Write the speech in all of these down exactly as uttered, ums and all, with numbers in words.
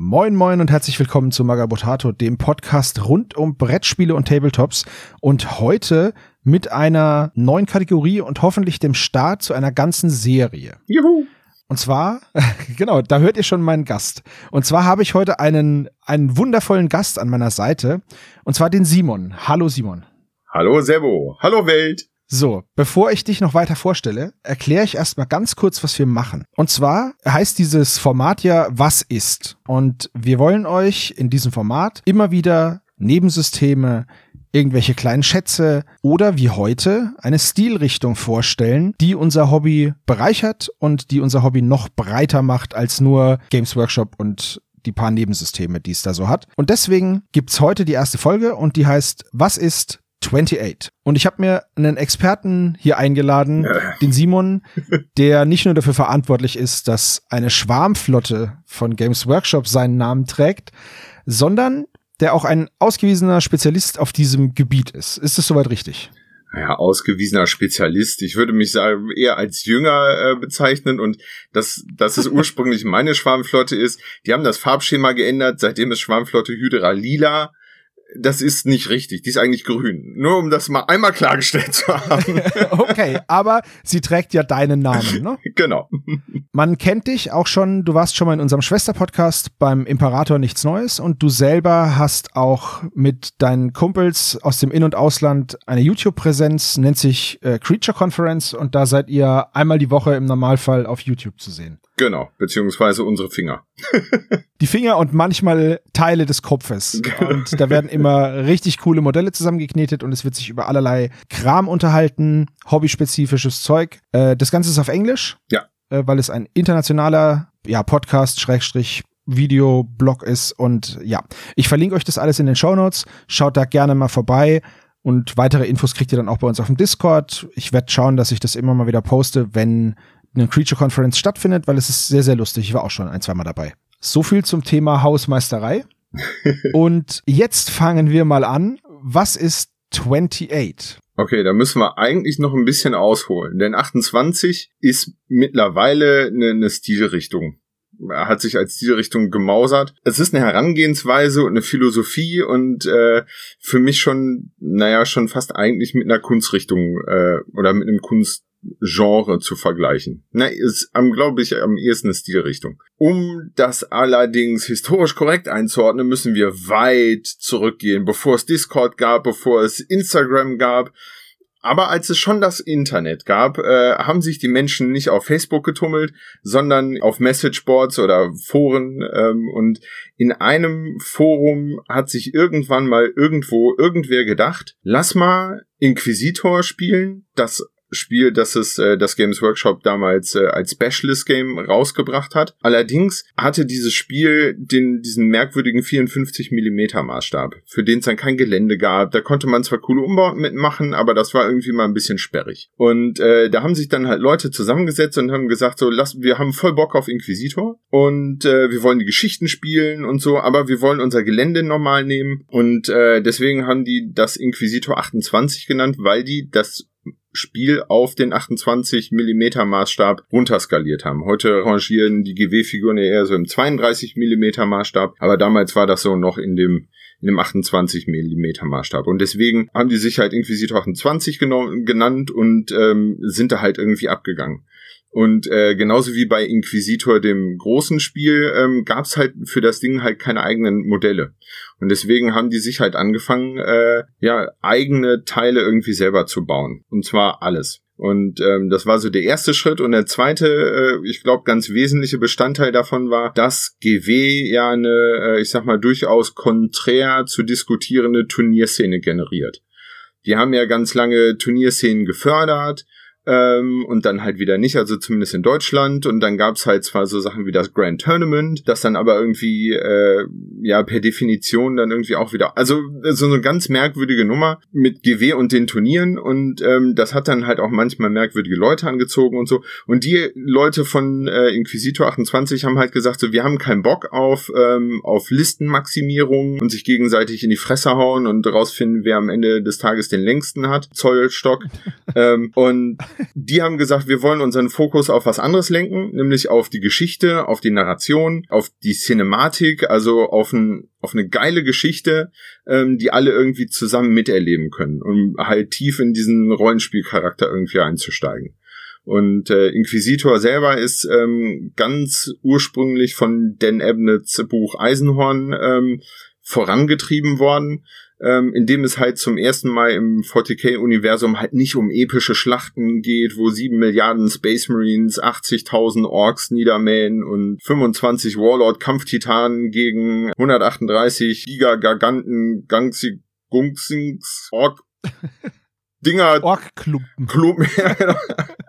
Moin moin und herzlich willkommen zu Magabotato, dem Podcast rund um Brettspiele und Tabletops und heute mit einer neuen Kategorie und hoffentlich dem Start zu einer ganzen Serie. Juhu! Und zwar, genau, da hört ihr schon meinen Gast. Und zwar habe ich heute einen, einen wundervollen Gast an meiner Seite und zwar den Simon. Hallo Simon. Hallo Servo. Hallo Welt. So, bevor ich dich noch weiter vorstelle, erkläre ich erstmal ganz kurz, was wir machen. Und zwar heißt dieses Format ja, was ist? Und wir wollen euch in diesem Format immer wieder Nebensysteme, irgendwelche kleinen Schätze oder wie heute eine Stilrichtung vorstellen, die unser Hobby bereichert und die unser Hobby noch breiter macht als nur Games Workshop und die paar Nebensysteme, die es da so hat. Und deswegen gibt's heute die erste Folge und die heißt, was ist achtundzwanzig. Und ich habe mir einen Experten hier eingeladen, ja. den Simon, der nicht nur dafür verantwortlich ist, dass eine Schwarmflotte von Games Workshop seinen Namen trägt, sondern der auch ein ausgewiesener Spezialist auf diesem Gebiet ist. Ist das soweit richtig? Ja, ausgewiesener Spezialist. Ich würde mich sagen, eher als Jünger äh, bezeichnen und dass, dass es ursprünglich meine Schwarmflotte ist. Die haben das Farbschema geändert, seitdem ist Schwarmflotte Hydra lila. Das ist nicht richtig, die ist eigentlich grün. Nur um das mal einmal klargestellt zu haben. Okay, aber sie trägt ja deinen Namen, ne? Genau. Man kennt dich auch schon, du warst schon mal in unserem Schwesterpodcast beim Imperator Nichts Neues und du selber hast auch mit deinen Kumpels aus dem In- und Ausland eine YouTube-Präsenz, nennt sich äh, Creature Conference und da seid ihr einmal die Woche im Normalfall auf YouTube zu sehen. Genau, beziehungsweise unsere Finger. Die Finger und manchmal Teile des Kopfes. Und da werden immer richtig coole Modelle zusammengeknetet und es wird sich über allerlei Kram unterhalten, hobbyspezifisches Zeug. Äh, das Ganze ist auf Englisch, ja, äh, weil es ein internationaler ja, Podcast, Schrägstrich, Videoblog ist. Und ja, ich verlinke euch das alles in den Shownotes. Schaut da gerne mal vorbei. Und weitere Infos kriegt ihr dann auch bei uns auf dem Discord. Ich werde schauen, dass ich das immer mal wieder poste, wenn eine Creature Conference stattfindet, weil es ist sehr, sehr lustig. Ich war auch schon ein, zweimal dabei. So viel zum Thema Hausmeisterei. Und jetzt fangen wir mal an. Was ist achtundzwanzig? Okay, da müssen wir eigentlich noch ein bisschen ausholen, denn achtundzwanzig ist mittlerweile eine, eine Stilrichtung. Er hat sich als Stilrichtung gemausert. Es ist eine Herangehensweise und eine Philosophie und äh, für mich schon, naja, schon fast eigentlich mit einer Kunstrichtung äh, oder mit einem Kunstgenre zu vergleichen. Na, ist, glaube ich, am ehesten eine Stilrichtung. Um das allerdings historisch korrekt einzuordnen, müssen wir weit zurückgehen, bevor es Discord gab, bevor es Instagram gab. Aber als es schon das Internet gab, äh, haben sich die Menschen nicht auf Facebook getummelt, sondern auf Messageboards oder Foren. Ähm, und in einem Forum hat sich irgendwann mal irgendwo irgendwer gedacht, lass mal Inquisitor spielen, das Spiel, das es äh, das Games Workshop damals äh, als Specialist Game rausgebracht hat. Allerdings hatte dieses Spiel den diesen merkwürdigen vierundfünfzig Millimeter Maßstab, für den es dann kein Gelände gab. Da konnte man zwar coole Umbauten mitmachen, aber das war irgendwie mal ein bisschen sperrig. Und äh, da haben sich dann halt Leute zusammengesetzt und haben gesagt, so, lass, wir haben voll Bock auf Inquisitor und äh, wir wollen die Geschichten spielen und so, aber wir wollen unser Gelände normal nehmen und äh, deswegen haben die das Inquisitor achtundzwanzig genannt, weil die das Spiel auf den achtundzwanzig Millimeter Maßstab runterskaliert haben. Heute rangieren die G W-Figuren ja eher so im zweiunddreißig Millimeter Maßstab, aber damals war das so noch in dem in dem achtundzwanzig Millimeter Maßstab. Und deswegen haben die sich halt Inquisitor achtundzwanzig genommen, genannt und ähm, sind da halt irgendwie abgegangen. Und äh, genauso wie bei Inquisitor, dem großen Spiel, ähm, gab es halt für das Ding halt keine eigenen Modelle. Und deswegen haben die sich halt angefangen, äh, ja, eigene Teile irgendwie selber zu bauen. Und zwar alles. Und ähm, das war so der erste Schritt. Und der zweite, äh, ich glaube, ganz wesentliche Bestandteil davon war, dass G W ja eine, äh, ich sag mal, durchaus konträr zu diskutierende Turnierszene generiert. Die haben ja ganz lange Turnierszenen gefördert. Ähm, und dann halt wieder nicht, also zumindest in Deutschland. Und dann gab's halt zwar so Sachen wie das Grand Tournament, das dann aber irgendwie, äh, ja, per Definition dann irgendwie auch wieder, also so eine ganz merkwürdige Nummer mit G W und den Turnieren und ähm, das hat dann halt auch manchmal merkwürdige Leute angezogen und so. Und die Leute von äh, Inquisitor achtundzwanzig haben halt gesagt, so, wir haben keinen Bock auf ähm, auf Listenmaximierung und sich gegenseitig in die Fresse hauen und rausfinden, wer am Ende des Tages den längsten hat, Zollstock. ähm, und Die haben gesagt, wir wollen unseren Fokus auf was anderes lenken, nämlich auf die Geschichte, auf die Narration, auf die Cinematik, also auf, ein, auf eine geile Geschichte, ähm, die alle irgendwie zusammen miterleben können, um halt tief in diesen Rollenspielcharakter irgendwie einzusteigen. Und äh, Inquisitor selber ist ähm, ganz ursprünglich von Dan Abnetts Buch Eisenhorn ähm, vorangetrieben worden, ähm, in dem es halt zum ersten Mal im forty K-Universum halt nicht um epische Schlachten geht, wo sieben Milliarden Space Marines, achtzigtausend Orks niedermähen und fünfundzwanzig Warlord-Kampftitanen gegen hundertachtunddreißig Giga-Garganten Gangsi Gunksings Ork Dinger Ork-Klumpen. Klumpen, ja,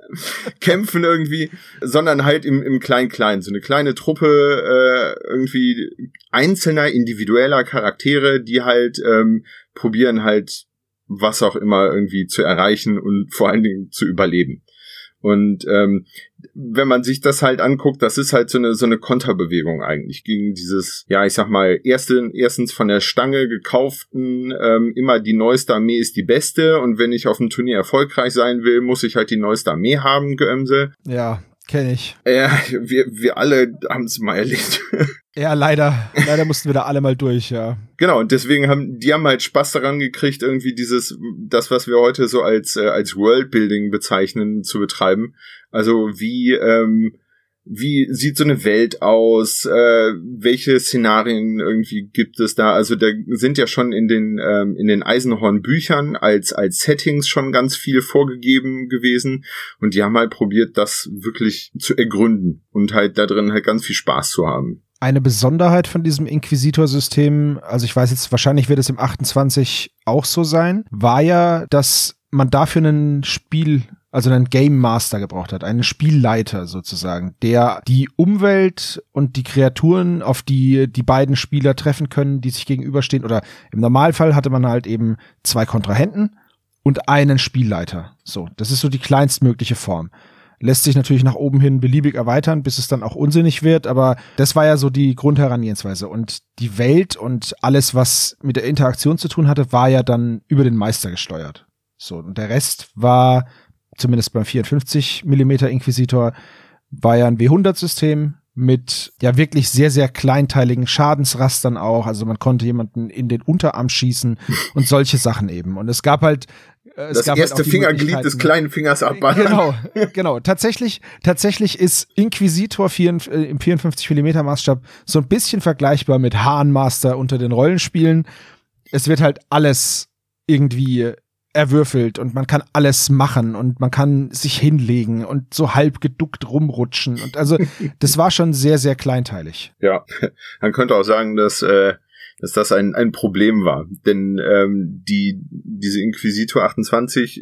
kämpfen irgendwie, sondern halt im, im Klein-Klein. So eine kleine Truppe äh, irgendwie einzelner, individueller Charaktere, die halt ähm, probieren halt was auch immer irgendwie zu erreichen und vor allen Dingen zu überleben. Und ähm, wenn man sich das halt anguckt, das ist halt so eine so eine Konterbewegung eigentlich gegen dieses, ja, ich sag mal, erste, erstens von der Stange gekauften, ähm, immer die neueste Armee ist die beste und wenn ich auf dem Turnier erfolgreich sein will, muss ich halt die neueste Armee haben, Geömse. Ja, kenne ich. Ja, wir wir alle haben es mal erlebt. Ja, leider. Leider mussten wir da alle mal durch, ja. Genau, und deswegen haben, die haben halt Spaß daran gekriegt, irgendwie dieses, das, was wir heute so als, äh, als Worldbuilding bezeichnen, zu betreiben. Also wie, ähm, wie sieht so eine Welt aus? Äh, welche Szenarien irgendwie gibt es da? Also da sind ja schon in den, ähm, in den Eisenhorn-Büchern als, als Settings schon ganz viel vorgegeben gewesen. Und die haben halt probiert, das wirklich zu ergründen und halt da drin halt ganz viel Spaß zu haben. Eine Besonderheit von diesem Inquisitor-System, also ich weiß jetzt, wahrscheinlich wird es im achtundzwanzig auch so sein, war ja, dass man dafür einen Spiel, also einen Game Master gebraucht hat, einen Spielleiter sozusagen, der die Umwelt und die Kreaturen, auf die die beiden Spieler treffen können, die sich gegenüberstehen, oder im Normalfall hatte man halt eben zwei Kontrahenten und einen Spielleiter. So, das ist so die kleinstmögliche Form. Lässt sich natürlich nach oben hin beliebig erweitern, bis es dann auch unsinnig wird, aber das war ja so die Grundherangehensweise. Und die Welt und alles, was mit der Interaktion zu tun hatte, war ja dann über den Meister gesteuert. So, und der Rest war, zumindest beim vierundfünfzig Millimeter Inquisitor, war ja ein W hundert System mit ja wirklich sehr, sehr kleinteiligen Schadensrastern auch. Also man konnte jemanden in den Unterarm schießen und solche Sachen eben. Und es gab halt Es das gab erste halt Fingerglied des kleinen Fingers abballern. Genau, genau. Tatsächlich, tatsächlich ist Inquisitor vier, äh, im vierundfünfzig Millimeter Maßstab so ein bisschen vergleichbar mit Hahnmaster unter den Rollenspielen. Es wird halt alles irgendwie erwürfelt und man kann alles machen und man kann sich hinlegen und so halb geduckt rumrutschen. Und also, das war schon sehr, sehr kleinteilig. Ja, man könnte auch sagen, dass äh dass das ein ein Problem war, denn ähm, die diese Inquisitor achtundzwanzig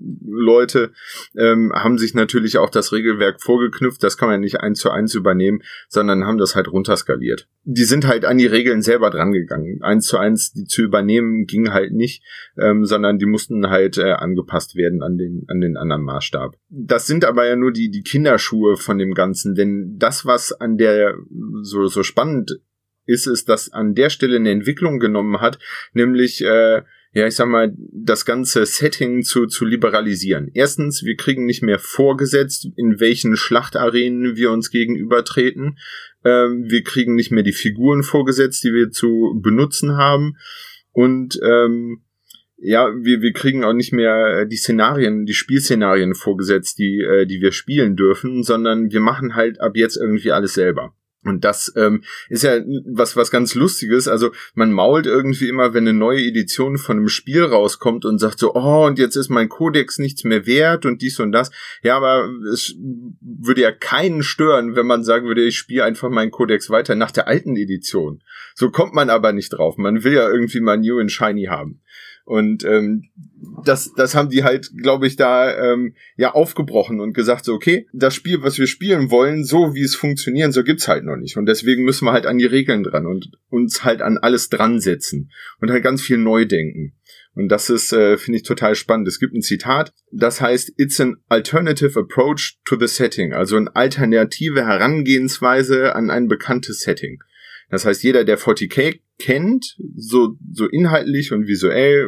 Leute ähm, haben sich natürlich auch das Regelwerk vorgeknüpft, das kann man nicht eins zu eins übernehmen, sondern haben das halt runterskaliert. Die sind halt an die Regeln selber drangegangen. Eins zu eins die zu übernehmen ging halt nicht, ähm, sondern die mussten halt äh, angepasst werden an den an den anderen Maßstab. Das sind aber ja nur die die Kinderschuhe von dem Ganzen, denn das, was an der so so spannend ist es, dass an der Stelle eine Entwicklung genommen hat, nämlich, äh, ja, ich sag mal, das ganze Setting zu, zu liberalisieren. Erstens, wir kriegen nicht mehr vorgesetzt, in welchen Schlachtarenen wir uns gegenübertreten. Ähm, wir kriegen nicht mehr die Figuren vorgesetzt, die wir zu benutzen haben. Und, ähm, ja, wir, wir kriegen auch nicht mehr die Szenarien, die Spielszenarien vorgesetzt, die, äh, die wir spielen dürfen, sondern wir machen halt ab jetzt irgendwie alles selber. Und das ähm, ist ja was was ganz Lustiges. Also man mault irgendwie immer, wenn eine neue Edition von einem Spiel rauskommt und sagt so, oh, und jetzt ist mein Kodex nichts mehr wert und dies und das. Ja, aber es würde ja keinen stören, wenn man sagen würde, ich spiele einfach meinen Kodex weiter nach der alten Edition. So kommt man aber nicht drauf. Man will ja irgendwie mal New and Shiny haben. Und ähm, das das haben die halt, glaube ich, da ähm, ja aufgebrochen und gesagt so, okay, das Spiel, was wir spielen wollen, so wie es funktionieren, so gibt's halt noch nicht. Und deswegen müssen wir halt an die Regeln dran und uns halt an alles dran setzen und halt ganz viel neu denken. Und das ist, äh, finde ich, total spannend. Es gibt ein Zitat, das heißt, it's an alternative approach to the setting, also eine alternative Herangehensweise an ein bekanntes Setting. Das heißt, jeder, der forty K kennt, so so inhaltlich und visuell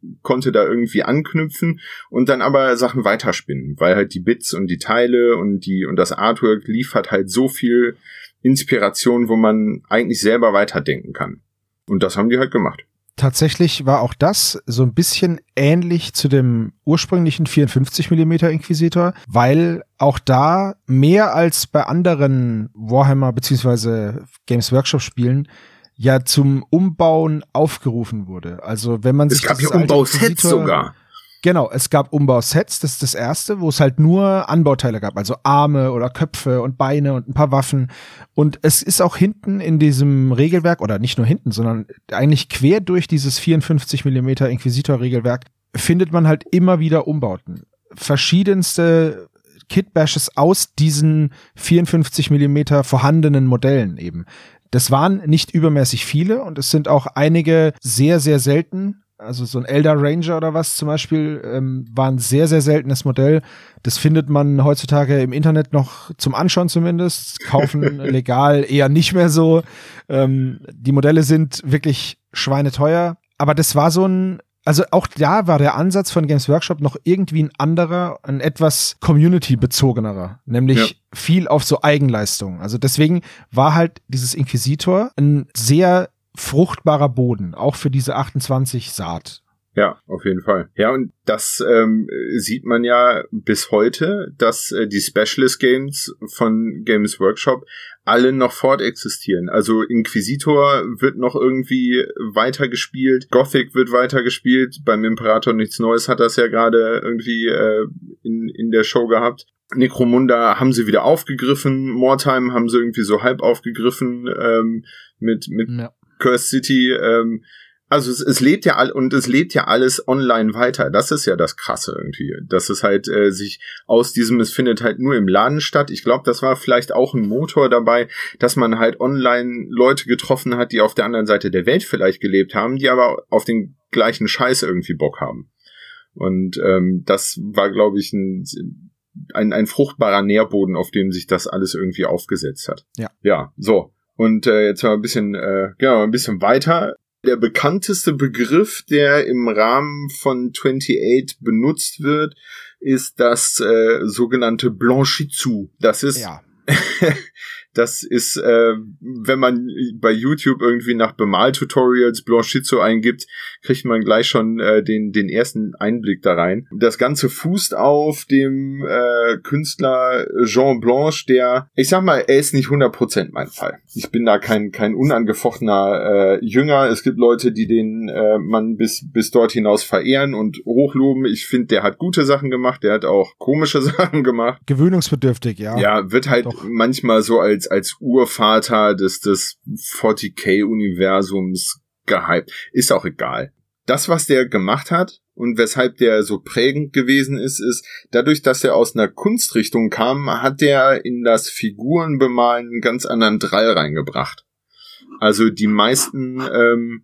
konnte da irgendwie anknüpfen und dann aber Sachen weiterspinnen, weil halt die Bits und die Teile und die und das Artwork liefert halt so viel Inspiration, wo man eigentlich selber weiterdenken kann. Und das haben die halt gemacht. Tatsächlich war auch das so ein bisschen ähnlich zu dem ursprünglichen vierundfünfzig Millimeter Inquisitor, weil auch da mehr als bei anderen Warhammer bzw. Games Workshop Spielen ja zum Umbauen aufgerufen wurde. Also wenn man sich es gab ja Umbausets sogar. Genau, es gab Umbausets, das ist das erste, wo es halt nur Anbauteile gab, also Arme oder Köpfe und Beine und ein paar Waffen. Und es ist auch hinten in diesem Regelwerk, oder nicht nur hinten, sondern eigentlich quer durch dieses vierundfünfzig Millimeter Inquisitor-Regelwerk findet man halt immer wieder Umbauten. Verschiedenste Kitbashes aus diesen vierundfünfzig Millimeter vorhandenen Modellen eben. Das waren nicht übermäßig viele und es sind auch einige sehr, sehr selten. Also so ein Elder Ranger oder was zum Beispiel ähm, war ein sehr, sehr seltenes Modell. Das findet man heutzutage im Internet noch zum Anschauen zumindest. Kaufen legal eher nicht mehr so. Ähm, die Modelle sind wirklich schweineteuer. Aber das war so ein, also auch da war der Ansatz von Games Workshop noch irgendwie ein anderer, ein etwas Community-bezogenerer. Nämlich ja. viel auf so Eigenleistung. Also deswegen war halt dieses Inquisitor ein sehr fruchtbarer Boden, auch für diese achtundzwanzig Saat. Ja, auf jeden Fall. Ja, und das ähm, sieht man ja bis heute, dass äh, die Specialist Games von Games Workshop alle noch fortexistieren. Also Inquisitor wird noch irgendwie weitergespielt, Gothic wird weitergespielt, beim Imperator nichts Neues hat das ja gerade irgendwie äh, in, in der Show gehabt. Necromunda haben sie wieder aufgegriffen, Mortime haben sie irgendwie so halb aufgegriffen ähm, mit, mit ja. Curse City, ähm, also es, es lebt ja all und es lebt ja alles online weiter. Das ist ja das Krasse irgendwie, dass es halt äh, sich aus diesem, es findet halt nur im Laden statt. Ich glaube, das war vielleicht auch ein Motor dabei, dass man halt online Leute getroffen hat, die auf der anderen Seite der Welt vielleicht gelebt haben, die aber auf den gleichen Scheiß irgendwie Bock haben. Und ähm, das war, glaube ich, ein, ein ein fruchtbarer Nährboden, auf dem sich das alles irgendwie aufgesetzt hat. Ja. Ja, so. Und äh, jetzt mal ein bisschen, äh, genau, ein bisschen weiter. Der bekannteste Begriff, der im Rahmen von achtundzwanzig benutzt wird, ist das äh, sogenannte Blanchitsu. Das ist, ja. das ist, äh, wenn man bei YouTube irgendwie nach Bemaltutorials Blanchitsu eingibt, kriegt man gleich schon äh, den den ersten Einblick da rein. Das Ganze fußt auf dem äh, Künstler Jean Blanche, der, ich sag mal, er ist nicht hundert Prozent mein Fall. Ich bin da kein kein unangefochtener äh, Jünger. Es gibt Leute, die den äh, man bis bis dort hinaus verehren und hochloben. Ich finde, der hat gute Sachen gemacht, der hat auch komische Sachen gemacht. Gewöhnungsbedürftig, ja. Ja, wird halt Doch. manchmal so als als Urvater des des vierzig K Universums gehypt. Ist auch egal. Das, was der gemacht hat und weshalb der so prägend gewesen ist, ist, dadurch, dass er aus einer Kunstrichtung kam, hat der in das Figurenbemalen einen ganz anderen Drall reingebracht. Also die meisten ähm,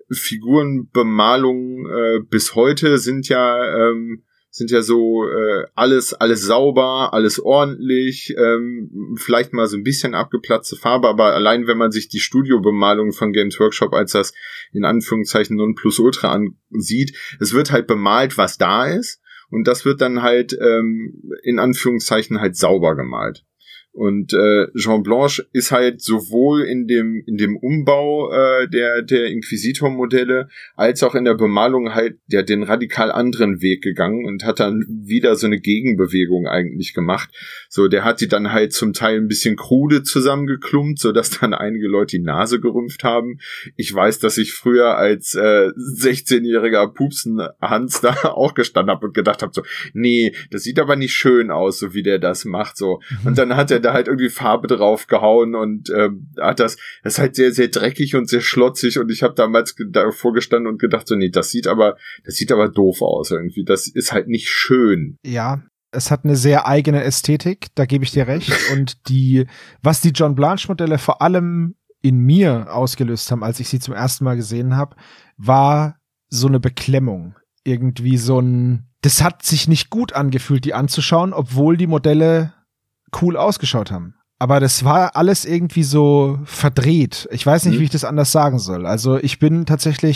Figurenbemalungen äh, bis heute sind ja ähm, sind ja so äh, alles alles sauber, alles ordentlich, ähm, vielleicht mal so ein bisschen abgeplatzte Farbe, aber allein wenn man sich die Studiobemalung von Games Workshop als das in Anführungszeichen Nonplusultra ansieht, es wird halt bemalt, was da ist, und das wird dann halt ähm, in Anführungszeichen halt sauber gemalt. Und äh, Jean Blanche ist halt sowohl in dem in dem Umbau äh, der der Inquisitor-Modelle als auch in der Bemalung halt der den radikal anderen Weg gegangen und hat dann wieder so eine Gegenbewegung eigentlich gemacht. So, der hat die dann halt zum Teil ein bisschen krude zusammengeklumpt, so dass dann einige Leute die Nase gerümpft haben. Ich weiß, dass ich früher als äh, sechzehnjähriger Pupsen Hans da auch gestanden habe und gedacht habe so, nee, das sieht aber nicht schön aus, so wie der das macht, so. Und dann hat er da halt irgendwie Farbe drauf gehauen und ähm, hat das, das ist halt sehr, sehr dreckig und sehr schlotzig, und ich habe damals davor gestanden und gedacht so, nee, das sieht aber, das sieht aber doof aus irgendwie, das ist halt nicht schön. Ja, es hat eine sehr eigene Ästhetik, da gebe ich dir recht, und die, was die John Blanche Modelle vor allem in mir ausgelöst haben, als ich sie zum ersten Mal gesehen habe, war so eine Beklemmung, irgendwie so ein, das hat sich nicht gut angefühlt, die anzuschauen, obwohl die Modelle cool ausgeschaut haben. Aber das war alles irgendwie so verdreht. Ich weiß nicht, mhm. wie ich das anders sagen soll. Also ich bin tatsächlich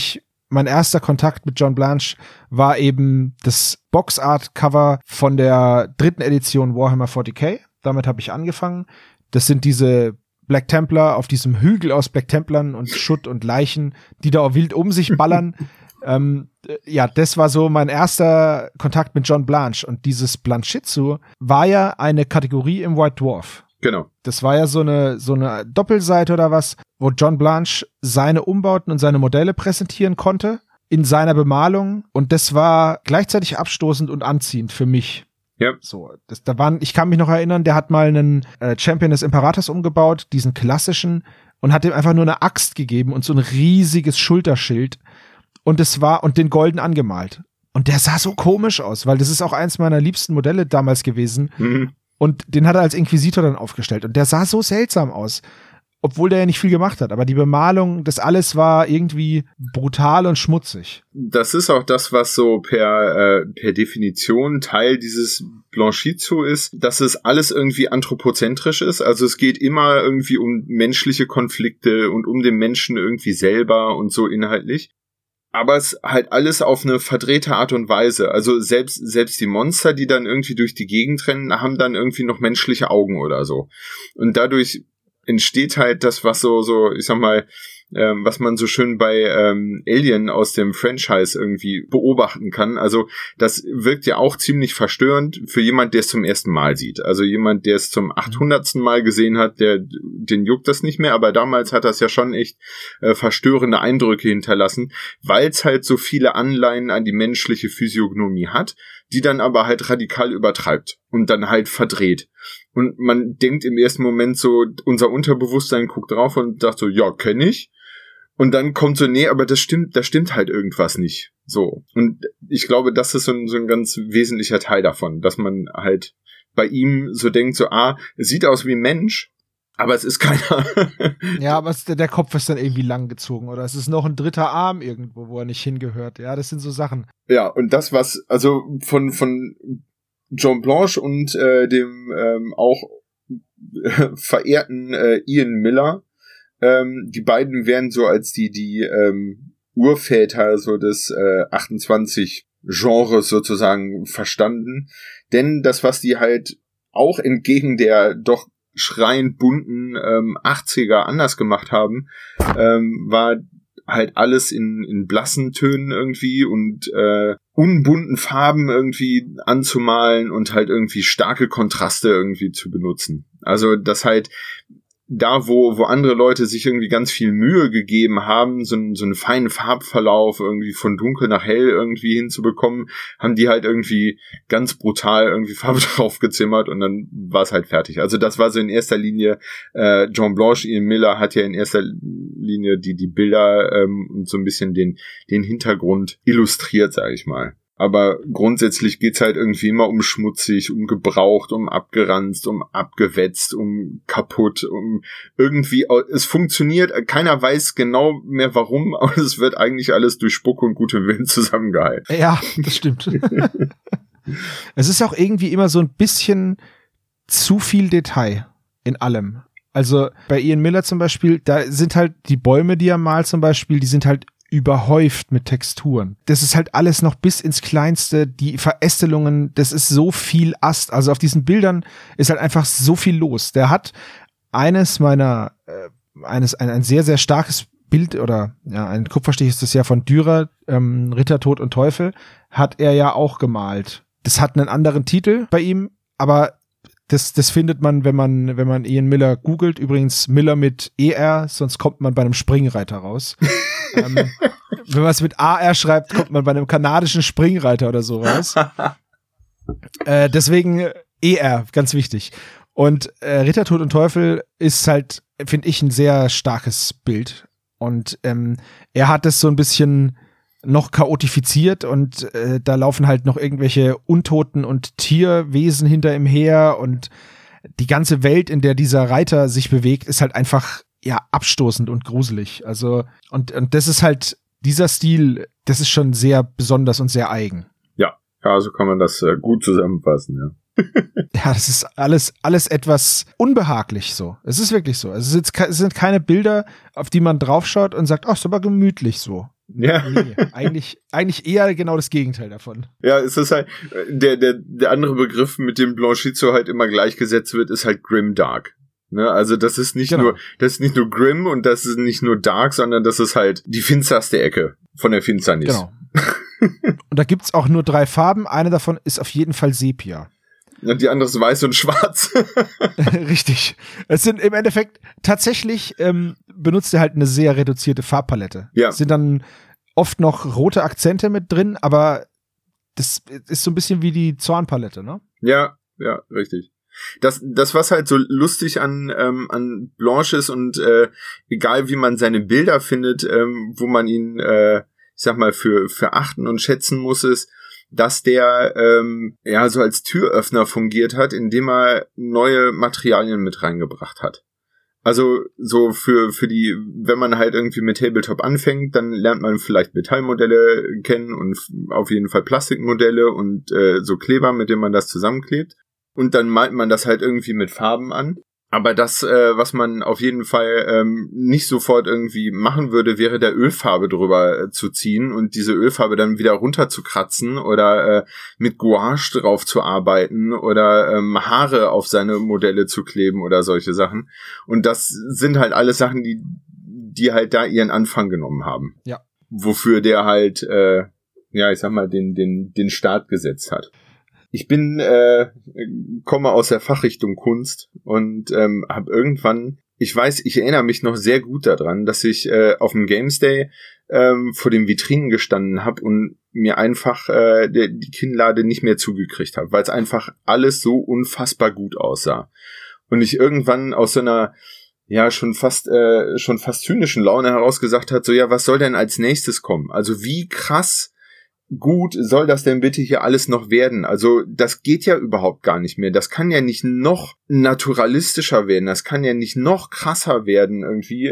mein erster Kontakt mit John Blanche war eben das Boxart-Cover von der dritten Edition Warhammer forty K. Damit habe ich angefangen. Das sind diese Black Templar auf diesem Hügel aus Black Templern und Schutt und Leichen, die da auch wild um sich ballern. ähm, ja, das war so mein erster Kontakt mit John Blanche. Und dieses Blanchitsu war ja eine Kategorie im White Dwarf. Genau. Das war ja so eine, so eine Doppelseite oder was, wo John Blanche seine Umbauten und seine Modelle präsentieren konnte in seiner Bemalung. Und das war gleichzeitig abstoßend und anziehend für mich. Ja. So, das, da waren, ich kann mich noch erinnern, der hat mal einen äh, Champion des Imperators umgebaut, diesen klassischen, und hat ihm einfach nur eine Axt gegeben und so ein riesiges Schulterschild. Und es war, und den golden angemalt. Und der sah so komisch aus, weil das ist auch eins meiner liebsten Modelle damals gewesen. Mhm. Und den hat er als Inquisitor dann aufgestellt. Und der sah so seltsam aus, obwohl der ja nicht viel gemacht hat. Aber die Bemalung, das alles war irgendwie brutal und schmutzig. Das ist auch das, was so per, äh, per Definition Teil dieses Blanchitsu ist, dass es alles irgendwie anthropozentrisch ist. Also es geht immer irgendwie um menschliche Konflikte und um den Menschen irgendwie selber und so inhaltlich. Aber es halt alles auf eine verdrehte Art und Weise. Also selbst selbst die Monster, die dann irgendwie durch die Gegend rennen, haben dann irgendwie noch menschliche Augen oder so. Und dadurch entsteht halt das, was so, so, ich sag mal, ähm, was man so schön bei ähm, Alien aus dem Franchise irgendwie beobachten kann. Also das wirkt ja auch ziemlich verstörend für jemand, der es zum ersten Mal sieht. Also jemand, der es zum achthundertsten Mal gesehen hat, der den juckt das nicht mehr, aber damals hat das ja schon echt äh, verstörende Eindrücke hinterlassen, weil es halt so viele Anleihen an die menschliche Physiognomie hat, die dann aber halt radikal übertreibt und dann halt verdreht. Und man denkt im ersten Moment so, unser Unterbewusstsein guckt drauf und sagt so, ja, kenn ich. Und dann kommt so, nee, aber das stimmt, da stimmt halt irgendwas nicht. So. Und ich glaube, das ist so ein, so ein ganz wesentlicher Teil davon, dass man halt bei ihm so denkt, so, ah, es sieht aus wie ein Mensch, aber es ist keiner. Ja, aber es, der Kopf ist dann irgendwie langgezogen oder es ist noch ein dritter Arm irgendwo, wo er nicht hingehört. Ja, das sind so Sachen. Ja, und das, was, also von, von John Blanche und äh, dem ähm, auch äh, verehrten äh, Ian Miller, ähm, die beiden werden so als die, die ähm, Urväter so des äh, achtundzwanzig Genres sozusagen verstanden. Denn das, was die halt auch entgegen der doch schreiend bunten ähm, achtziger anders gemacht haben, ähm, war halt alles in, in blassen Tönen irgendwie und äh, unbunten Farben irgendwie anzumalen und halt irgendwie starke Kontraste irgendwie zu benutzen. Also das halt da, wo wo andere Leute sich irgendwie ganz viel Mühe gegeben haben, so, so einen feinen Farbverlauf irgendwie von dunkel nach hell irgendwie hinzubekommen, haben die halt irgendwie ganz brutal irgendwie Farbe drauf gezimmert und dann war es halt fertig. Also das war so in erster Linie, äh, John Blanche, Ian Miller hat ja in erster Linie die die Bilder ähm, und so ein bisschen den den Hintergrund illustriert, sage ich mal. Aber grundsätzlich geht's halt irgendwie immer um schmutzig, um gebraucht, um abgeranzt, um abgewetzt, um kaputt, um irgendwie, es funktioniert, keiner weiß genau mehr warum, aber es wird eigentlich alles durch Spuck und gute Willen zusammengehalten. Ja, das stimmt. Es ist auch irgendwie immer so ein bisschen zu viel Detail in allem. Also bei Ian Miller zum Beispiel, da sind halt die Bäume, die er malt zum Beispiel, die sind halt überhäuft mit Texturen. Das ist halt alles noch bis ins Kleinste, die Verästelungen, das ist so viel Ast. Also auf diesen Bildern ist halt einfach so viel los. Der hat eines meiner, äh, eines, ein, ein sehr, sehr starkes Bild oder ja, ein Kupferstich ist das ja von Dürer, ähm, Ritter, Tod und Teufel, hat er ja auch gemalt. Das hat einen anderen Titel bei ihm, aber Das, das findet man, wenn man, wenn man Ian Miller googelt. Übrigens Miller mit E R, sonst kommt man bei einem Springreiter raus. ähm, wenn man es mit A R schreibt, kommt man bei einem kanadischen Springreiter oder so raus. äh, deswegen E R, ganz wichtig. Und äh, Ritter, Tod und Teufel ist halt, finde ich, ein sehr starkes Bild. Und ähm, er hat es so ein bisschen noch chaotifiziert und äh, da laufen halt noch irgendwelche Untoten und Tierwesen hinter ihm her und die ganze Welt, in der dieser Reiter sich bewegt, ist halt einfach ja abstoßend und gruselig. Also und und das ist halt dieser Stil, das ist schon sehr besonders und sehr eigen. Ja, ja, so kann man das äh, gut zusammenfassen, ja. Ja, das ist alles alles etwas unbehaglich so. Es ist wirklich so. Es, ist jetzt, es sind keine Bilder, auf die man draufschaut und sagt, ach, ist aber gemütlich so. Ja. Nee, eigentlich, eigentlich eher genau das Gegenteil davon. Ja, es ist halt, der, der, der andere Begriff, mit dem Blanchizzo halt immer gleichgesetzt wird, ist halt Grimdark. Ne, also das ist nicht genau. nur, das ist nicht nur grim und das ist nicht nur dark, sondern das ist halt die finsterste Ecke von der Finsternis. Genau. Und da gibt's auch nur drei Farben. Eine davon ist auf jeden Fall Sepia. Und die andere ist weiß und schwarz. Richtig. Es sind im Endeffekt tatsächlich ähm, benutzt er halt eine sehr reduzierte Farbpalette. Ja. Es sind dann oft noch rote Akzente mit drin, aber das ist so ein bisschen wie die Zornpalette, ne? Ja, ja, richtig. Das, das was halt so lustig an ähm, an Blanche ist und äh, egal wie man seine Bilder findet, ähm, wo man ihn, äh, ich sag mal, für für achten und schätzen muss, ist, dass der ähm, ja so als Türöffner fungiert hat, indem er neue Materialien mit reingebracht hat. Also so für für die, wenn man halt irgendwie mit Tabletop anfängt, dann lernt man vielleicht Metallmodelle kennen und auf jeden Fall Plastikmodelle und äh, so Kleber, mit denen man das zusammenklebt. Und dann malt man das halt irgendwie mit Farben an. Aber das, äh, was man auf jeden Fall ähm, nicht sofort irgendwie machen würde, wäre der Ölfarbe drüber äh, zu ziehen und diese Ölfarbe dann wieder runterzukratzen oder äh, mit Gouache drauf zu arbeiten oder ähm, Haare auf seine Modelle zu kleben oder solche Sachen. Und das sind halt alles Sachen, die die halt da ihren Anfang genommen haben. Ja. Wofür der halt, äh, ja, ich sag mal, den den den Start gesetzt hat. Ich bin, äh, komme aus der Fachrichtung Kunst und ähm, habe irgendwann, ich weiß, ich erinnere mich noch sehr gut daran, dass ich äh, auf dem Games Day ähm, vor den Vitrinen gestanden habe und mir einfach äh, der, die Kinnlade nicht mehr zugekriegt habe, weil es einfach alles so unfassbar gut aussah. Und ich irgendwann aus so einer ja schon fast äh, schon fast zynischen Laune heraus gesagt hat, so ja, was soll denn als nächstes kommen? Also wie krass gut soll das denn bitte hier alles noch werden? Also das geht ja überhaupt gar nicht mehr. Das kann ja nicht noch naturalistischer werden. Das kann ja nicht noch krasser werden irgendwie.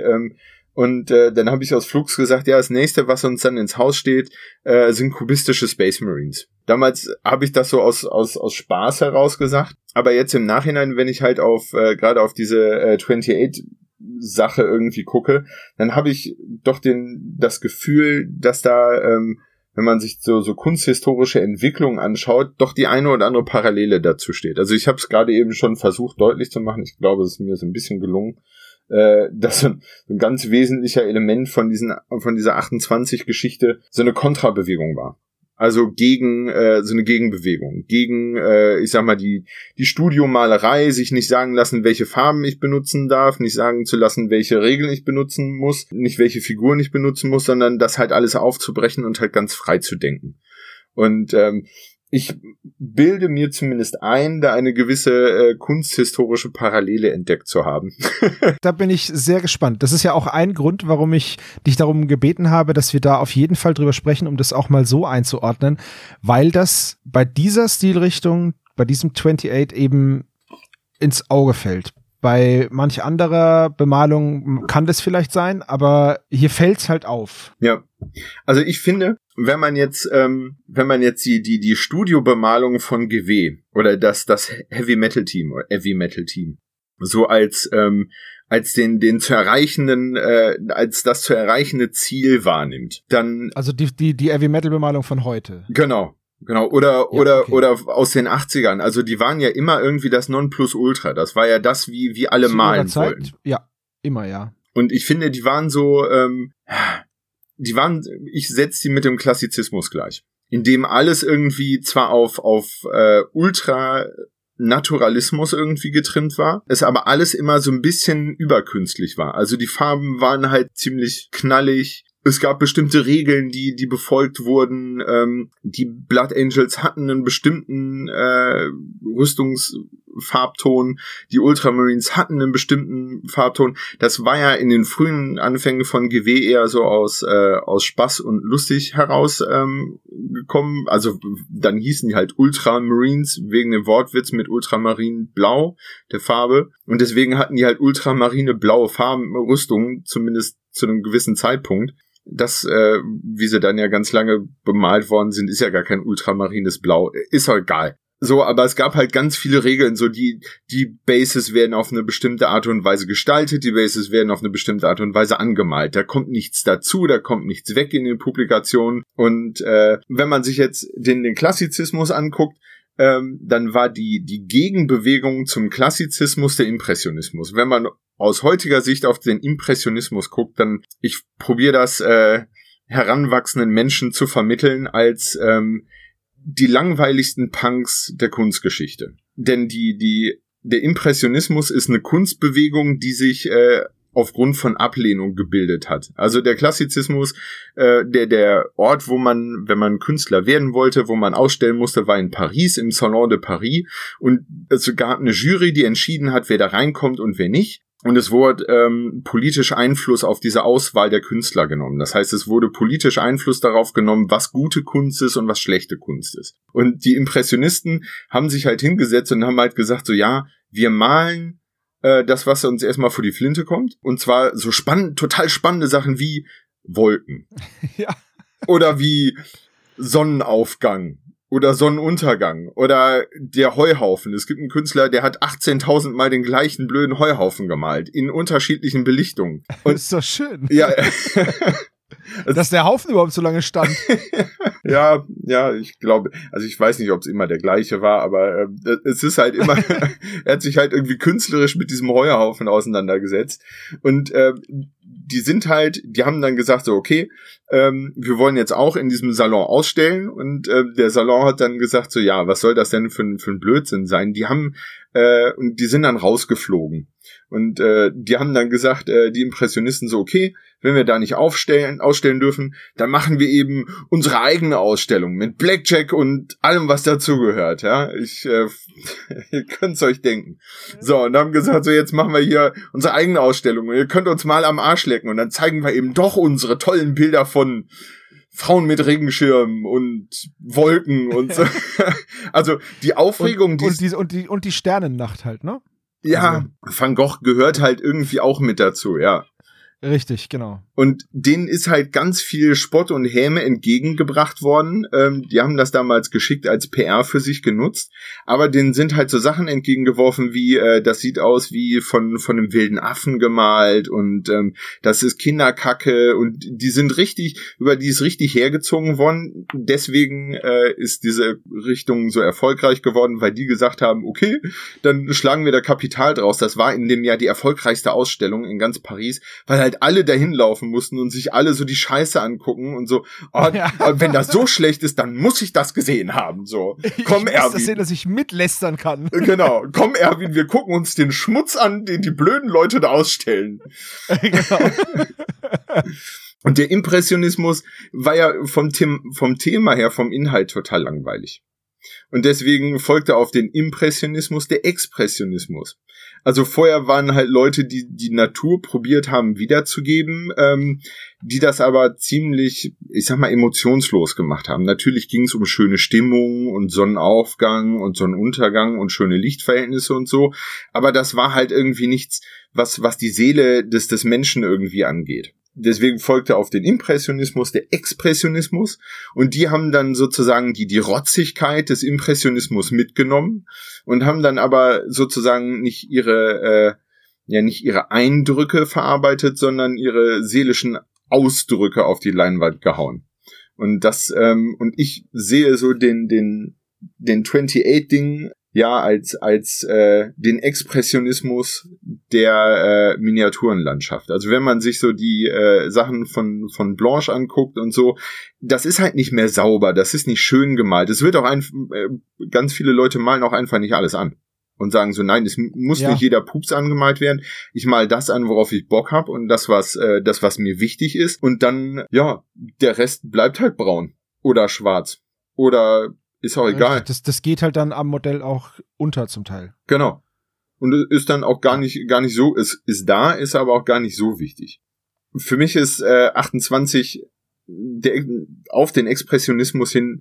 Und äh, dann habe ich aus Flugs gesagt, ja, das nächste, was uns dann ins Haus steht, äh, sind kubistische Space Marines. Damals habe ich das so aus aus aus Spaß heraus gesagt. Aber jetzt im Nachhinein, wenn ich halt auf äh, gerade auf diese äh, achtundzwanzig Sache irgendwie gucke, dann habe ich doch den das Gefühl, dass da ähm, wenn man sich so, so kunsthistorische Entwicklungen anschaut, doch die eine oder andere Parallele dazu steht. Also ich habe es gerade eben schon versucht deutlich zu machen. Ich glaube, es ist mir so ein bisschen gelungen, äh, dass so ein, so ein ganz wesentlicher Element von diesen von dieser achtundzwanzig-Geschichte so eine Kontrabewegung war. Also gegen äh, so eine Gegenbewegung, gegen, äh, ich sag mal, die die Studiomalerei, sich nicht sagen lassen, welche Farben ich benutzen darf, nicht sagen zu lassen, welche Regeln ich benutzen muss, nicht welche Figuren ich benutzen muss, sondern das halt alles aufzubrechen und halt ganz frei zu denken. Und ähm, ich bilde mir zumindest ein, da eine gewisse äh, kunsthistorische Parallele entdeckt zu haben. Da bin ich sehr gespannt. Das ist ja auch ein Grund, warum ich dich darum gebeten habe, dass wir da auf jeden Fall drüber sprechen, um das auch mal so einzuordnen, weil das bei dieser Stilrichtung, bei diesem achtundzwanzig eben ins Auge fällt. Bei manch anderer Bemalung kann das vielleicht sein, aber hier fällt's halt auf. Ja, also ich finde, wenn man jetzt, ähm, wenn man jetzt die die die Studiobemalung von G W oder das das Heavy Metal Team oder Heavy Metal Team so als ähm, als den den zu erreichenden äh, als das zu erreichende Ziel wahrnimmt, dann also die die die Heavy Metal Bemalung von heute. Genau. Genau, oder, ja, oder, okay. oder aus den achtzigern. Also die waren ja immer irgendwie das Nonplusultra. Das war ja das, wie, wie alle Zu malen ihrer Zeit? wollten. Ja, immer, ja. Und ich finde, die waren so, ähm, die waren, ich setze die mit dem Klassizismus gleich. In dem alles irgendwie zwar auf, auf äh, Ultra-Naturalismus irgendwie getrimmt war, es aber alles immer so ein bisschen überkünstlich war. Also die Farben waren halt ziemlich knallig. Es gab bestimmte Regeln, die die befolgt wurden. Ähm, die Blood Angels hatten einen bestimmten äh, Rüstungsfarbton. Die Ultramarines hatten einen bestimmten Farbton. Das war ja in den frühen Anfängen von G W eher so aus äh, aus Spaß und lustig heraus ähm, gekommen. Also dann hießen die halt Ultramarines wegen dem Wortwitz mit Ultramarin Blau, der Farbe. Und deswegen hatten die halt ultramarine blaue Farbenrüstungen, zumindest zu einem gewissen Zeitpunkt. Das, äh, wie sie dann ja ganz lange bemalt worden sind, ist ja gar kein ultramarines Blau. Ist auch egal. So, aber es gab halt ganz viele Regeln, so die, die Bases werden auf eine bestimmte Art und Weise gestaltet, die Bases werden auf eine bestimmte Art und Weise angemalt. Da kommt nichts dazu, da kommt nichts weg in den Publikationen. Und äh, wenn man sich jetzt den, den Klassizismus anguckt, ähm, dann war die, die Gegenbewegung zum Klassizismus der Impressionismus. Wenn man aus heutiger Sicht auf den Impressionismus guckt, dann, ich probiere das äh, heranwachsenden Menschen zu vermitteln als ähm, die langweiligsten Punks der Kunstgeschichte. Denn die, die, der Impressionismus ist eine Kunstbewegung, die sich äh, aufgrund von Ablehnung gebildet hat. Also der Klassizismus, äh, der, der Ort, wo man, wenn man Künstler werden wollte, wo man ausstellen musste, war in Paris, im Salon de Paris. Und es gab eine Jury, die entschieden hat, wer da reinkommt und wer nicht. Und es wurde ähm, politisch Einfluss auf diese Auswahl der Künstler genommen. Das heißt, es wurde politisch Einfluss darauf genommen, was gute Kunst ist und was schlechte Kunst ist. Und die Impressionisten haben sich halt hingesetzt und haben halt gesagt, so ja, wir malen äh, das, was uns erstmal vor die Flinte kommt. Und zwar so spannend, total spannende Sachen wie Wolken. Ja. Oder wie Sonnenaufgang. Oder Sonnenuntergang oder der Heuhaufen. Es gibt einen Künstler, der hat achtzehntausend Mal den gleichen blöden Heuhaufen gemalt, in unterschiedlichen Belichtungen. Und das ist doch schön. Ja. Dass der Haufen überhaupt so lange stand. Ja, ja, ich glaube, also ich weiß nicht, ob es immer der gleiche war, aber äh, es ist halt immer, er hat sich halt irgendwie künstlerisch mit diesem Heuhaufen auseinandergesetzt. Und äh, die sind halt, die haben dann gesagt, so okay, ähm, wir wollen jetzt auch in diesem Salon ausstellen. Und äh, der Salon hat dann gesagt, so ja, was soll das denn für, für ein Blödsinn sein? Die haben, äh, und die sind dann rausgeflogen. Und äh, die haben dann gesagt, äh, die Impressionisten so, okay, wenn wir da nicht aufstellen, ausstellen dürfen, dann machen wir eben unsere eigene Ausstellung mit Blackjack und allem, was dazugehört. Ja, ich, äh, ihr könnt's euch denken. So, und haben gesagt, so jetzt machen wir hier unsere eigene Ausstellung und ihr könnt uns mal am Arsch lecken und dann zeigen wir eben doch unsere tollen Bilder von Frauen mit Regenschirmen und Wolken und so. Also die Aufregung, und, die und die und die und die Sternennacht halt, ne? Ja, also Van Gogh gehört halt irgendwie auch mit dazu, ja. Richtig, genau. Und denen ist halt ganz viel Spott und Häme entgegengebracht worden. Ähm, die haben das damals geschickt als P R für sich genutzt. Aber denen sind halt so Sachen entgegengeworfen wie, äh, das sieht aus wie von von einem wilden Affen gemalt und ähm, das ist Kinderkacke. Und die sind richtig, über die ist richtig hergezogen worden. Deswegen äh, ist diese Richtung so erfolgreich geworden, weil die gesagt haben, okay, dann schlagen wir da Kapital draus. Das war in dem Jahr die erfolgreichste Ausstellung in ganz Paris, weil halt alle dahin laufen mussten und sich alle so die Scheiße angucken und so, oh, ja. Wenn das so schlecht ist, dann muss ich das gesehen haben, so. Komm, ich Erwin. muss das sehen, dass ich mitlästern kann. Genau. Komm, Erwin, wir gucken uns den Schmutz an, den die blöden Leute da ausstellen. Genau. Und der Impressionismus war ja vom, The- vom Thema her, vom Inhalt total langweilig. Und deswegen folgte auf den Impressionismus der Expressionismus. Also vorher waren halt Leute, die die Natur probiert haben wiederzugeben, ähm, die das aber ziemlich, ich sag mal, emotionslos gemacht haben. Natürlich ging es um schöne Stimmung und Sonnenaufgang und Sonnenuntergang und schöne Lichtverhältnisse und so, aber das war halt irgendwie nichts, was was die Seele des des Menschen irgendwie angeht. Deswegen folgte auf den Impressionismus der Expressionismus und die haben dann sozusagen die die Rotzigkeit des Impressionismus mitgenommen und haben dann aber sozusagen nicht ihre äh, ja nicht ihre Eindrücke verarbeitet, sondern ihre seelischen Ausdrücke auf die Leinwand gehauen. Und das ähm, und ich sehe so den den den achtundzwanzig Ding ja als als äh, den Expressionismus der äh, Miniaturenlandschaft. Also wenn man sich so die äh, Sachen von von Blanche anguckt und so, das ist halt nicht mehr sauber, das ist nicht schön gemalt. Es wird auch ein, äh, ganz viele Leute malen auch einfach nicht alles an und sagen so, nein, es muss ja. nicht jeder Pups angemalt werden. Ich mal das an, worauf ich Bock habe und das was äh, das was mir wichtig ist und dann ja, der Rest bleibt halt braun oder schwarz oder ist auch egal. Das, das geht halt dann am Modell auch unter zum Teil. Genau. Und ist dann auch gar nicht, gar nicht so, es ist da, ist aber auch gar nicht so wichtig. Für mich ist äh, achtundzwanzig der, auf den Expressionismus hin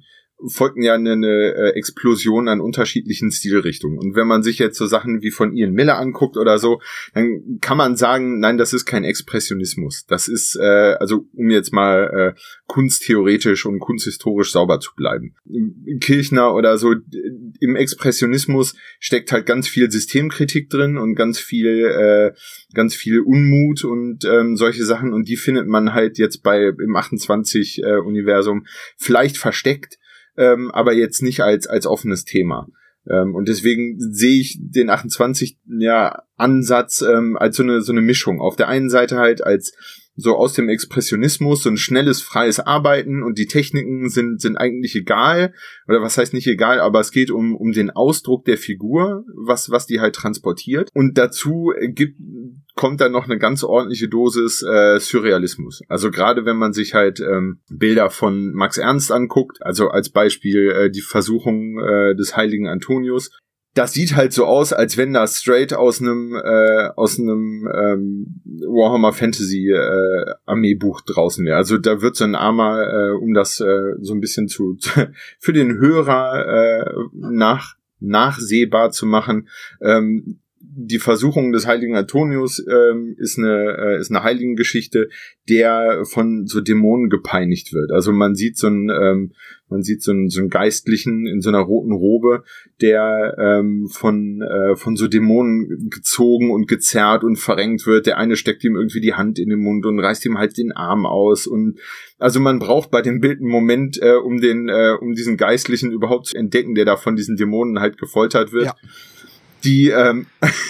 folgten ja eine, eine Explosion an unterschiedlichen Stilrichtungen. Und wenn man sich jetzt so Sachen wie von Ian Miller anguckt oder so, dann kann man sagen, nein, das ist kein Expressionismus. Das ist, äh, also um jetzt mal äh, kunsttheoretisch und kunsthistorisch sauber zu bleiben. Kirchner oder so, im Expressionismus steckt halt ganz viel Systemkritik drin und ganz viel, äh, ganz viel Unmut und ähm, solche Sachen. Und die findet man halt jetzt bei im achtundzwanzig-Universum vielleicht versteckt, ähm, aber jetzt nicht als als offenes Thema. Ähm, und deswegen sehe ich den achtundzwanzig ja Ansatz ähm, als so eine so eine Mischung. Auf der einen Seite halt als so aus dem Expressionismus, so ein schnelles, freies Arbeiten und die Techniken sind sind eigentlich egal, oder was heißt nicht egal, aber es geht um um den Ausdruck der Figur, was was die halt transportiert, und dazu gibt kommt dann noch eine ganz ordentliche Dosis äh, Surrealismus. Also gerade wenn man sich halt ähm, Bilder von Max Ernst anguckt, also als Beispiel äh, die Versuchung äh, des heiligen Antonius, das sieht halt so aus, als wenn das straight aus einem äh, aus einem ähm, Warhammer Fantasy äh, Armeebuch draußen wäre. Also da wird so ein Armer, äh, um das äh, so ein bisschen zu für den Hörer äh, nach nachsehbar zu machen. Ähm, die Versuchung des heiligen Antonius ähm, ist eine äh, ist eine Heiligengeschichte, der von so Dämonen gepeinigt wird. Also man sieht so einen ähm, man sieht so einen so einen Geistlichen in so einer roten Robe, der ähm, von äh, von so Dämonen gezogen und gezerrt und verrenkt wird. Der eine steckt ihm irgendwie die Hand in den Mund und reißt ihm halt den Arm aus. Und also man braucht bei dem Bild einen Moment, äh, um den äh, um diesen Geistlichen überhaupt zu entdecken, der da von diesen Dämonen halt gefoltert wird. Ja. Die, ähm,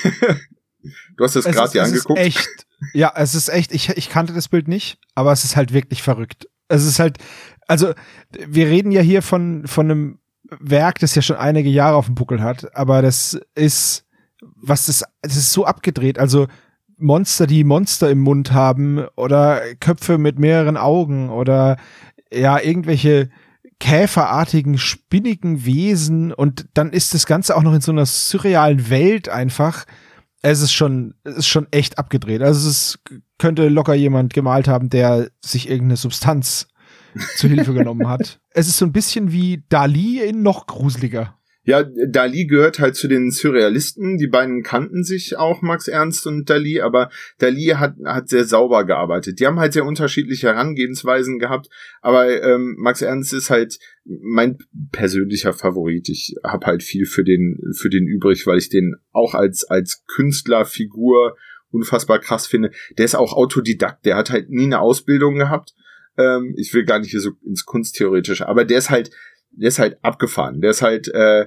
du hast das gerade dir angeguckt. Es ist echt, ja, es ist echt, ich, ich kannte das Bild nicht, aber es ist halt wirklich verrückt. Es ist halt, also, wir reden ja hier von, von einem Werk, das ja schon einige Jahre auf dem Buckel hat, aber das ist, was das, das ist so abgedreht, also Monster, die Monster im Mund haben oder Köpfe mit mehreren Augen oder, ja, irgendwelche käferartigen, spinnigen Wesen, und dann ist das Ganze auch noch in so einer surrealen Welt einfach. Es ist schon, es ist schon echt abgedreht. Also es könnte locker jemand gemalt haben, der sich irgendeine Substanz zu Hilfe genommen hat. Es ist so ein bisschen wie Dali in noch gruseliger. Ja, Dali gehört halt zu den Surrealisten. Die beiden kannten sich auch, Max Ernst und Dali, aber Dali hat hat sehr sauber gearbeitet. Die haben halt sehr unterschiedliche Herangehensweisen gehabt, aber ähm, Max Ernst ist halt mein persönlicher Favorit. Ich habe halt viel für den für den übrig, weil ich den auch als als Künstlerfigur unfassbar krass finde. Der ist auch Autodidakt, der hat halt nie eine Ausbildung gehabt. Ähm, ich will gar nicht hier so ins Kunsttheoretische, aber der ist halt Der ist halt abgefahren. Der ist halt äh,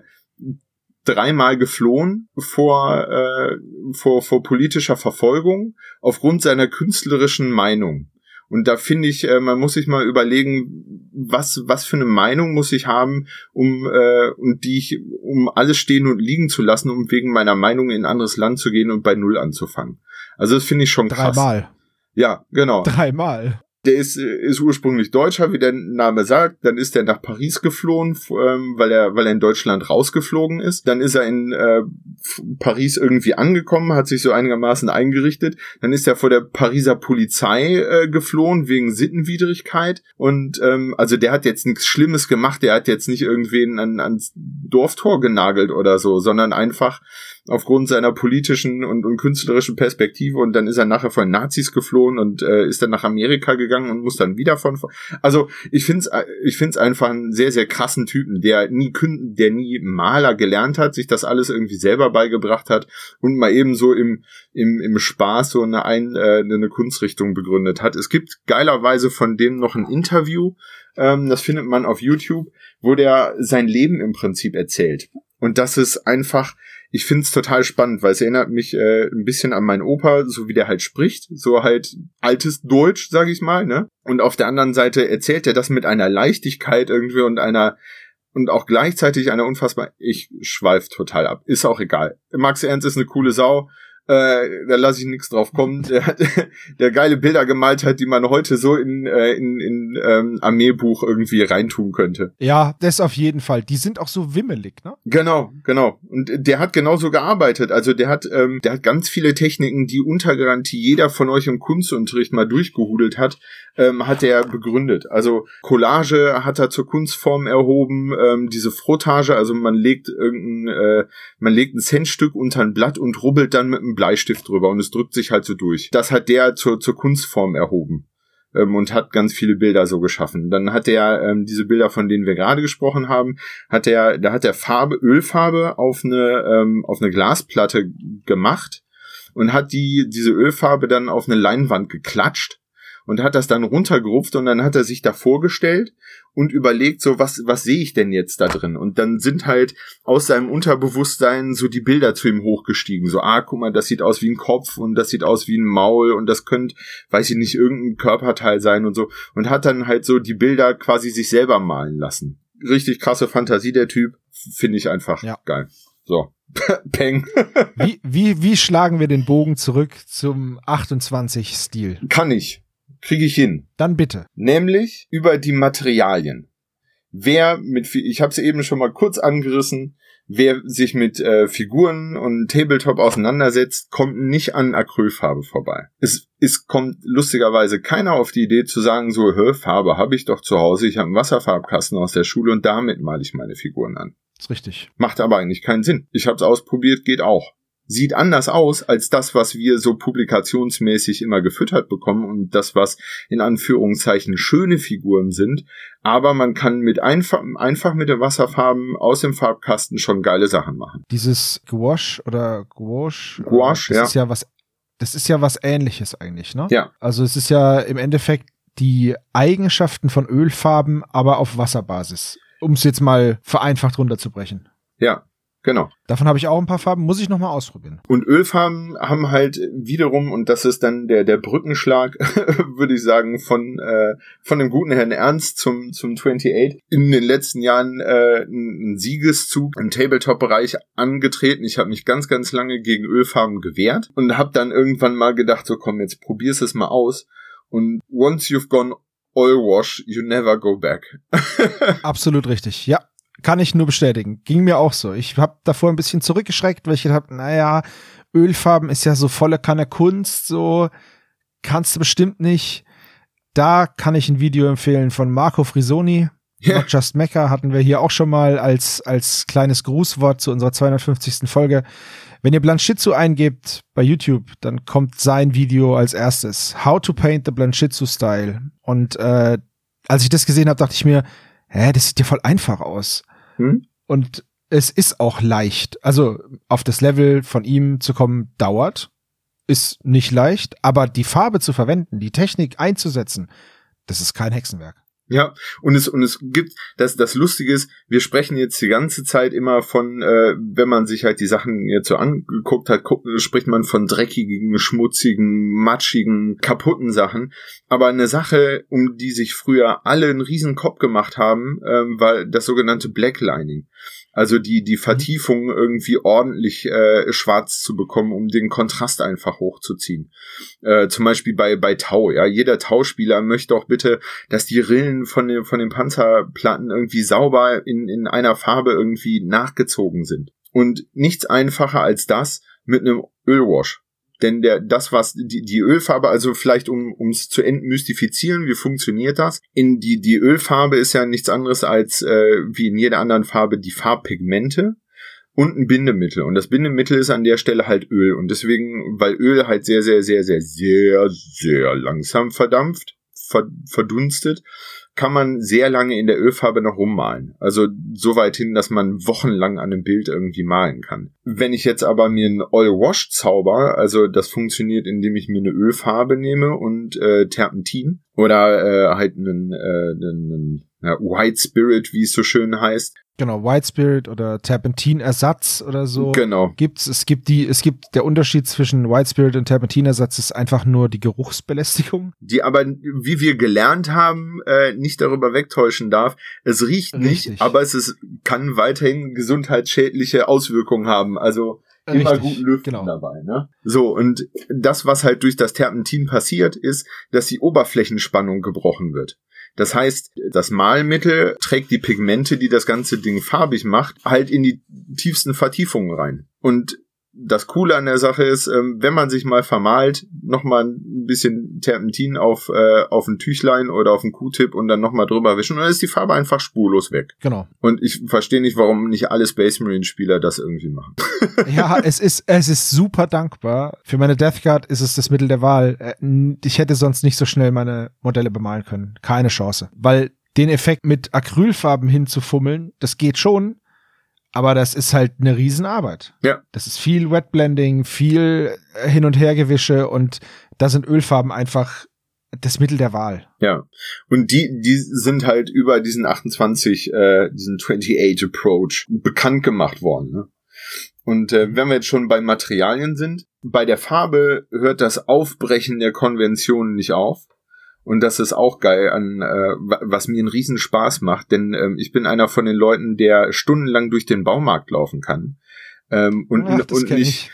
dreimal geflohen vor, äh, vor, vor politischer Verfolgung aufgrund seiner künstlerischen Meinung. Und da finde ich, äh, man muss sich mal überlegen, was, was für eine Meinung muss ich haben, um, äh, und die ich, um alles stehen und liegen zu lassen, um wegen meiner Meinung in ein anderes Land zu gehen und bei Null anzufangen. Also das finde ich schon krass. Dreimal. Ja, genau. Dreimal. Der ist, ist ursprünglich Deutscher, wie der Name sagt. Dann ist er nach Paris geflohen, ähm, weil er, weil er in Deutschland rausgeflogen ist. Dann ist er in äh, Paris irgendwie angekommen, hat sich so einigermaßen eingerichtet. Dann ist er vor der Pariser Polizei äh, geflohen wegen Sittenwidrigkeit. Und ähm, also der hat jetzt nichts Schlimmes gemacht. Der hat jetzt nicht irgendwen an, ans Dorftor genagelt oder so, sondern einfach aufgrund seiner politischen und, und künstlerischen Perspektive. Und dann ist er nachher von Nazis geflohen und äh, ist dann nach Amerika gegangen und muss dann wieder von... Also ich find's, ich find's einfach einen sehr, sehr krassen Typen, der nie, der nie Maler gelernt hat, sich das alles irgendwie selber beigebracht hat und mal eben so im, im, im Spaß so eine, ein, äh, eine Kunstrichtung begründet hat. Es gibt geilerweise von dem noch ein Interview, ähm, das findet man auf YouTube, wo der sein Leben im Prinzip erzählt. Und das ist einfach... Ich find's total spannend, weil es erinnert mich äh, ein bisschen an meinen Opa, so wie der halt spricht, so halt altes Deutsch, sag ich mal, ne? Und auf der anderen Seite erzählt er das mit einer Leichtigkeit irgendwie und einer und auch gleichzeitig einer unfassbar, ich schweif total ab, ist auch egal. Max Ernst ist eine coole Sau, Äh, da lasse ich nichts drauf kommen. Der hat der geile Bilder gemalt hat, die man heute so in äh, in, in ähm, Armeebuch irgendwie reintun könnte. Ja, das auf jeden Fall. Die sind auch so wimmelig, ne? Genau, genau. Und der hat genauso gearbeitet. Also der hat ähm, der hat ganz viele Techniken, die unter Garantie jeder von euch im Kunstunterricht mal durchgehudelt hat, ähm, hat er begründet. Also Collage hat er zur Kunstform erhoben, ähm, diese Frottage, also man legt irgendein, äh, man legt ein Centstück unter ein Blatt und rubbelt dann mit einem Bleistift drüber und es drückt sich halt so durch. Das hat der zur, zur Kunstform erhoben ähm, und hat ganz viele Bilder so geschaffen. Dann hat er ähm, diese Bilder, von denen wir gerade gesprochen haben, hat er, da hat er Farbe, Ölfarbe auf eine, ähm, auf eine Glasplatte gemacht und hat die, diese Ölfarbe dann auf eine Leinwand geklatscht und hat das dann runtergerupft und dann hat er sich da vorgestellt und überlegt, so, was, was sehe ich denn jetzt da drin? Und dann sind halt aus seinem Unterbewusstsein so die Bilder zu ihm hochgestiegen. So, ah, guck mal, das sieht aus wie ein Kopf und das sieht aus wie ein Maul und das könnte, weiß ich nicht, irgendein Körperteil sein und so. Und hat dann halt so die Bilder quasi sich selber malen lassen. Richtig krasse Fantasie, der Typ. Finde ich einfach ja. geil. So. Peng. wie, wie, wie schlagen wir den Bogen zurück zum achtundzwanzig-Stil? Kann ich. Kriege ich hin. Dann bitte. Nämlich über die Materialien. Wer mit, ich habe es eben schon mal kurz angerissen, wer sich mit äh, Figuren und Tabletop auseinandersetzt, kommt nicht an Acrylfarbe vorbei. Es, es kommt lustigerweise keiner auf die Idee zu sagen, so, hör, Farbe habe ich doch zu Hause, ich habe einen Wasserfarbkasten aus der Schule und damit male ich meine Figuren an. Das ist richtig. Macht aber eigentlich keinen Sinn. Ich habe es ausprobiert, geht auch. Sieht anders aus als das, was wir so publikationsmäßig immer gefüttert bekommen und das, was in Anführungszeichen schöne Figuren sind. Aber man kann mit einfach, einfach mit den Wasserfarben aus dem Farbkasten schon geile Sachen machen. Dieses Gouache oder Gouache, Gouache, das ja. ist ja was, das ist ja was Ähnliches eigentlich, ne? Ja. Also es ist ja im Endeffekt die Eigenschaften von Ölfarben, aber auf Wasserbasis, um es jetzt mal vereinfacht runterzubrechen. Ja. Genau. Davon habe ich auch ein paar Farben, muss ich nochmal ausprobieren. Und Ölfarben haben halt wiederum, und das ist dann der der Brückenschlag, würde ich sagen, von äh, von dem guten Herrn Ernst zum zum achtundzwanzig, in den letzten Jahren äh, einen Siegeszug im Tabletop-Bereich angetreten. Ich habe mich ganz, ganz lange gegen Ölfarben gewehrt und habe dann irgendwann mal gedacht, so komm, jetzt probier's es mal aus. Und once you've gone oil wash, you never go back. Absolut richtig, ja. Kann ich nur bestätigen. Ging mir auch so. Ich habe davor ein bisschen zurückgeschreckt, weil ich gedacht habe, naja, Ölfarben ist ja so volle Kanne Kunst, so kannst du bestimmt nicht. Da kann ich ein Video empfehlen von Marco Frisoni. Yeah. Not Just Mecha hatten wir hier auch schon mal als als kleines Grußwort zu unserer zweihundertfünfzigsten Folge. Wenn ihr Blanchitsu eingebt bei YouTube, dann kommt sein Video als erstes. How to Paint the Blanchitsu Style. Und äh, als ich das gesehen habe, dachte ich mir, hä, das sieht ja voll einfach aus. Hm? Und es ist auch leicht. Also auf das Level von ihm zu kommen, dauert. Ist nicht leicht. Aber die Farbe zu verwenden, die Technik einzusetzen, das ist kein Hexenwerk. Ja, und es und es gibt, das das Lustige ist, wir sprechen jetzt die ganze Zeit immer von, äh, wenn man sich halt die Sachen jetzt so angeguckt hat, guckt, spricht man von dreckigen, schmutzigen, matschigen, kaputten Sachen. Aber eine Sache, um die sich früher alle einen riesen Kopf gemacht haben, ähm, war das sogenannte Blacklining. Also die die Vertiefung irgendwie ordentlich äh, schwarz zu bekommen, um den Kontrast einfach hochzuziehen. Äh, zum Beispiel bei bei Tau. Ja, jeder Tau-Spieler möchte auch bitte, dass die Rillen von den von den Panzerplatten irgendwie sauber in in einer Farbe irgendwie nachgezogen sind. Und nichts einfacher als das mit einem Ölwash. Denn der, das, was, die, die Ölfarbe, also vielleicht um, ums zu entmystifizieren, wie funktioniert das? In die, die Ölfarbe ist ja nichts anderes als, äh, wie in jeder anderen Farbe die Farbpigmente und ein Bindemittel. Und das Bindemittel ist an der Stelle halt Öl. Und deswegen, weil Öl halt sehr, sehr, sehr, sehr, sehr, sehr langsam verdampft, ver, verdunstet, kann man sehr lange in der Ölfarbe noch rummalen. Also so weit hin, dass man wochenlang an einem Bild irgendwie malen kann. Wenn ich jetzt aber mir einen Oil Wash zauber, also das funktioniert, indem ich mir eine Ölfarbe nehme und äh, Terpentin oder äh, halt einen, äh, einen ja, White Spirit, wie es so schön heißt. Genau, White Spirit oder Terpentin-Ersatz oder so. Genau. Gibt's, es gibt die, es gibt der Unterschied zwischen White Spirit und Terpentin-Ersatz ist einfach nur die Geruchsbelästigung. Die aber, wie wir gelernt haben, äh, nicht darüber wegtäuschen darf. Es riecht Richtig. nicht, aber es ist, kann weiterhin gesundheitsschädliche Auswirkungen haben. Also immer Richtig, gut lüften genau. dabei, ne? So, und das, was halt durch das Terpentin passiert, ist, dass die Oberflächenspannung gebrochen wird. Das heißt, das Malmittel trägt die Pigmente, die das ganze Ding farbig macht, halt in die tiefsten Vertiefungen rein. Und das Coole an der Sache ist, wenn man sich mal vermalt, nochmal ein bisschen Terpentin auf äh, auf ein Tüchlein oder auf einen Q-Tip und dann nochmal drüber wischen und dann ist die Farbe einfach spurlos weg. Genau. Und ich verstehe nicht, warum nicht alle Space Marine Spieler das irgendwie machen. Ja, es ist es ist super dankbar. Für meine Death Guard ist es das Mittel der Wahl. Ich hätte sonst nicht so schnell meine Modelle bemalen können. Keine Chance. Weil den Effekt mit Acrylfarben hinzufummeln, das geht schon. Aber das ist halt eine Riesenarbeit. Ja. Das ist viel Wetblending, viel Hin- und Hergewische und da sind Ölfarben einfach das Mittel der Wahl. Ja. Und die, die sind halt über diesen achtundzwanzig, äh, diesen achtundzwanzig Approach bekannt gemacht worden. Ne? Und äh, wenn wir jetzt schon bei Materialien sind, bei der Farbe hört das Aufbrechen der Konventionen nicht auf. Und das ist auch geil, an äh, was mir einen riesen Spaß macht, denn ähm, ich bin einer von den Leuten, der stundenlang durch den Baumarkt laufen kann. Ähm, und Ach, und nicht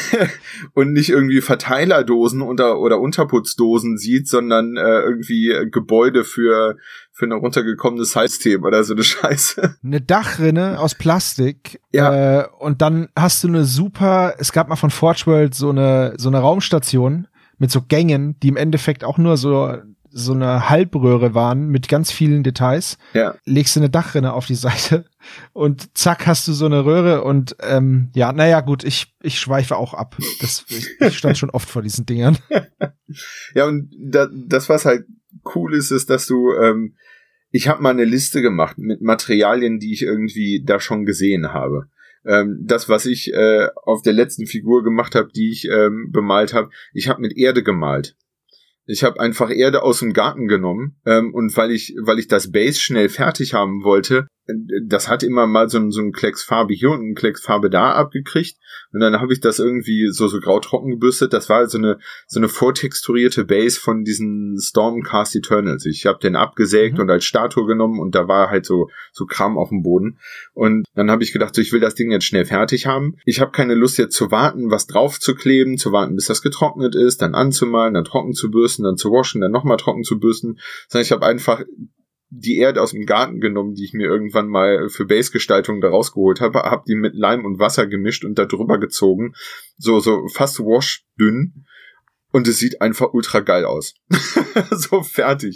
und nicht irgendwie Verteilerdosen oder oder Unterputzdosen sieht, sondern äh, irgendwie Gebäude für für eine runtergekommene System oder so eine Scheiße. Eine Dachrinne aus Plastik. Ja. Äh, und dann hast du eine super, es gab mal von Forge World so eine so eine Raumstation mit so Gängen, die im Endeffekt auch nur so so eine Halbröhre waren mit ganz vielen Details. Ja. Legst du eine Dachrinne auf die Seite und zack hast du so eine Röhre und ähm, ja, naja gut, ich ich schweife auch ab. Das, ich, ich stand schon oft vor diesen Dingern. Ja, und da, das, was halt cool ist, ist, dass du ähm, ich habe mal eine Liste gemacht mit Materialien, die ich irgendwie da schon gesehen habe. Ähm, das, was ich äh, auf der letzten Figur gemacht habe, die ich ähm, bemalt habe, ich habe mit Erde gemalt. Ich habe einfach Erde aus dem Garten genommen ähm, und weil ich weil ich das Base schnell fertig haben wollte, das hat immer mal so ein, so ein Klecks Farbe hier und ein Klecks Farbe da abgekriegt und dann habe ich das irgendwie so so grau trocken gebürstet. Das war so eine so eine vortexturierte Base von diesen Stormcast Eternals. Ich habe den abgesägt mhm. und als Statue genommen und da war halt so so Kram auf dem Boden und dann habe ich gedacht, so, ich will das Ding jetzt schnell fertig haben. Ich habe keine Lust jetzt zu warten, was drauf zu kleben, zu warten, bis das getrocknet ist, dann anzumalen, dann trocken zu bürsten, dann zu waschen, dann nochmal trocken zu bürsten, sondern ich habe einfach die Erde aus dem Garten genommen, die ich mir irgendwann mal für Base-Gestaltung da rausgeholt habe, habe die mit Leim und Wasser gemischt und da drüber gezogen, so so fast wash-dünn und es sieht einfach ultra geil aus. So fertig.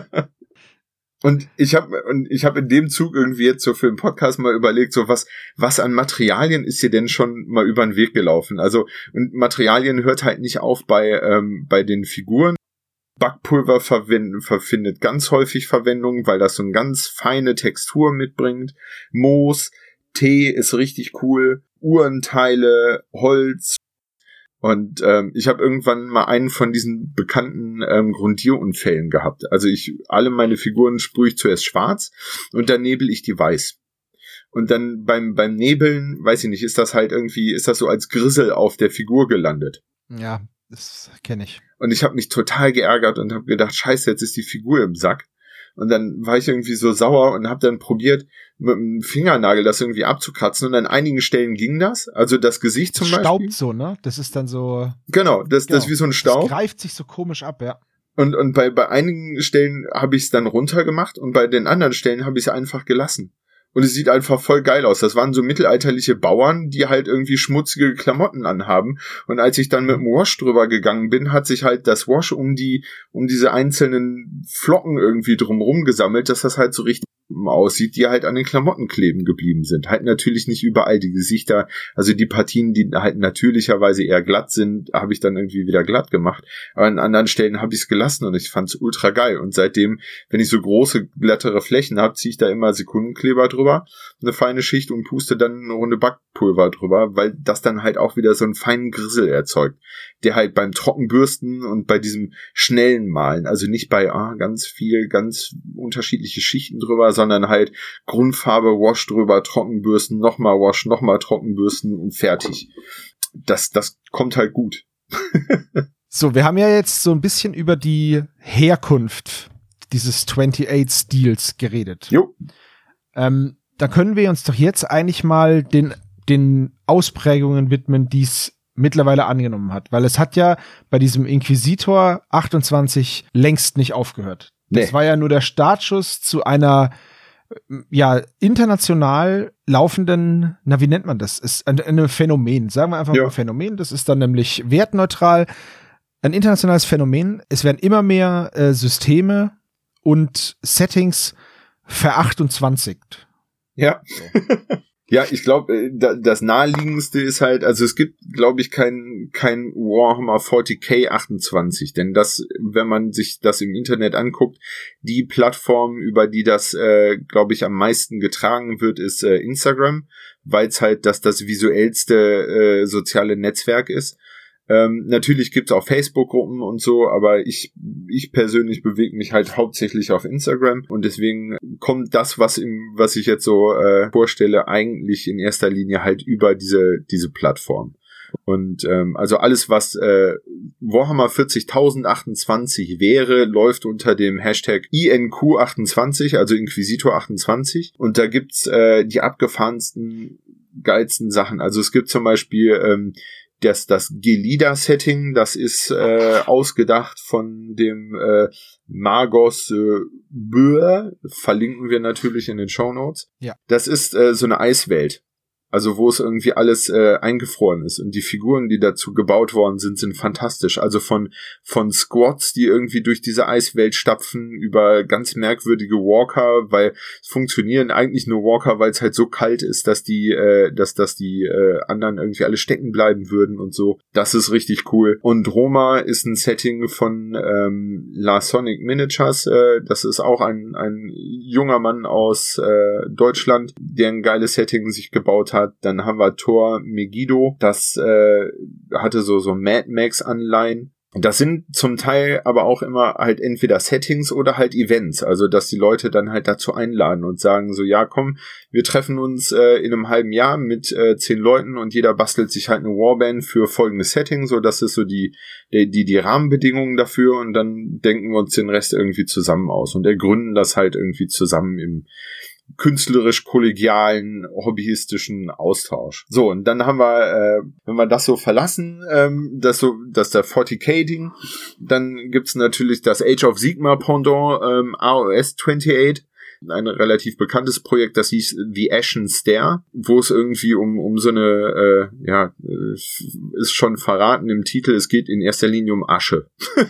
Und ich habe und ich habe in dem Zug irgendwie jetzt so für den Podcast mal überlegt, so was was an Materialien ist hier denn schon mal über den Weg gelaufen? Also und Materialien hört halt nicht auf bei ähm, bei den Figuren. Backpulver verwenden, verfindet ganz häufig Verwendung, weil das so eine ganz feine Textur mitbringt. Moos, Tee ist richtig cool, Uhrenteile, Holz. Und ähm, ich habe irgendwann mal einen von diesen bekannten ähm, Grundierunfällen gehabt. Also ich alle meine Figuren sprühe ich zuerst schwarz und dann nebel ich die weiß. Und dann beim beim Nebeln, weiß ich nicht, ist das halt irgendwie, ist das so als Grissel auf der Figur gelandet. Ja, das kenne ich. Und ich habe mich total geärgert und habe gedacht, scheiße, jetzt ist die Figur im Sack. Und dann war ich irgendwie so sauer und habe dann probiert, mit dem Fingernagel das irgendwie abzukratzen. Und an einigen Stellen ging das. Also das Gesicht zum Beispiel. Das staubt so, ne? Das ist dann so... Genau, das, genau. das ist wie so ein Staub. Das greift sich so komisch ab, ja. Und, und bei, bei einigen Stellen habe ich es dann runtergemacht und bei den anderen Stellen habe ich es einfach gelassen. Und es sieht einfach voll geil aus. Das waren so mittelalterliche Bauern, die halt irgendwie schmutzige Klamotten anhaben. Und als ich dann mit dem Wash drüber gegangen bin, hat sich halt das Wash um die, um diese einzelnen Flocken irgendwie drumherum gesammelt, dass das halt so richtig aussieht, die halt an den Klamotten kleben geblieben sind. Halt natürlich nicht überall die Gesichter, also die Partien, die halt natürlicherweise eher glatt sind, habe ich dann irgendwie wieder glatt gemacht. Aber an anderen Stellen habe ich es gelassen und ich fand es ultra geil. Und seitdem, wenn ich so große, glattere Flächen habe, ziehe ich da immer Sekundenkleber drüber, eine feine Schicht und puste dann eine Runde Backpulver drüber, weil das dann halt auch wieder so einen feinen Grissel erzeugt, der halt beim Trockenbürsten und bei diesem schnellen Malen, also nicht bei ah, ganz viel, ganz unterschiedliche Schichten drüber, sondern halt Grundfarbe, Wash drüber, Trockenbürsten, nochmal Wash, nochmal Trockenbürsten und fertig. Das, das kommt halt gut. So, wir haben ja jetzt so ein bisschen über die Herkunft dieses achtundzwanzig-Stils geredet. Jo. Ähm, da können wir uns doch jetzt eigentlich mal den den Ausprägungen widmen, die es mittlerweile angenommen hat. Weil es hat ja bei diesem Inquisitor achtundzwanzig längst nicht aufgehört. Das nee. war ja nur der Startschuss zu einer ja international laufenden, na wie nennt man das? Ist ein, ein Phänomen, sagen wir einfach ja. mal Phänomen. Das ist dann nämlich wertneutral. Ein internationales Phänomen. Es werden immer mehr äh, Systeme und Settings verachtundzwanzigt. Ja. Ja, ich glaube, das naheliegendste ist halt, also es gibt, glaube ich, kein kein Warhammer vierzig K achtundzwanzig, denn das, wenn man sich das im Internet anguckt, die Plattform, über die das, äh, glaube ich, am meisten getragen wird, ist äh, Instagram, weil es halt das das visuellste äh, soziale Netzwerk ist. Ähm, natürlich gibt's auch Facebook-Gruppen und so, aber ich ich persönlich bewege mich halt hauptsächlich auf Instagram und deswegen kommt das, was im was ich jetzt so äh, vorstelle, eigentlich in erster Linie halt über diese diese Plattform. Und ähm, also alles, was äh, Warhammer vierzigtausend achtundzwanzig wäre, läuft unter dem Hashtag I N Q achtundzwanzig, also Inquisitor achtundzwanzig. Und da gibt's äh, die abgefahrensten, geilsten Sachen. Also es gibt zum Beispiel ähm, Das, das Gelida-Setting, das ist äh, ausgedacht von dem äh, Magos äh, Böhr, verlinken wir natürlich in den Shownotes. Ja. Das ist äh, so eine Eiswelt. Also wo es irgendwie alles äh, eingefroren ist. Und die Figuren, die dazu gebaut worden sind, sind fantastisch. Also von von Squads, die irgendwie durch diese Eiswelt stapfen, über ganz merkwürdige Walker, weil es funktionieren eigentlich nur Walker, weil es halt so kalt ist, dass die äh, dass dass die äh, anderen irgendwie alle stecken bleiben würden und so. Das ist richtig cool. Und Roma ist ein Setting von ähm, La Sonic Miniatures. Äh, das ist auch ein ein junger Mann aus äh, Deutschland, der ein geiles Setting sich gebaut hat. Dann haben wir Thor Megiddo, das äh, hatte so so Mad Max Anleihen. Das sind zum Teil aber auch immer halt entweder Settings oder halt Events, also dass die Leute dann halt dazu einladen und sagen so, ja komm, wir treffen uns äh, in einem halben Jahr mit äh, zehn Leuten und jeder bastelt sich halt eine Warband für folgendes Setting, so das ist so die, die die die Rahmenbedingungen dafür und dann denken wir uns den Rest irgendwie zusammen aus und ergründen das halt irgendwie zusammen im künstlerisch-kollegialen, hobbyistischen Austausch. So, und dann haben wir, äh, wenn wir das so verlassen, ähm, das so, das der vierzig K-Ding, dann gibt's natürlich das Age of Sigmar Pendant, ähm, R O S achtundzwanzig, ein relativ bekanntes Projekt, das hieß The Ashen Stair, wo es irgendwie um um so eine, äh, ja, ist schon verraten im Titel, es geht in erster Linie um Asche.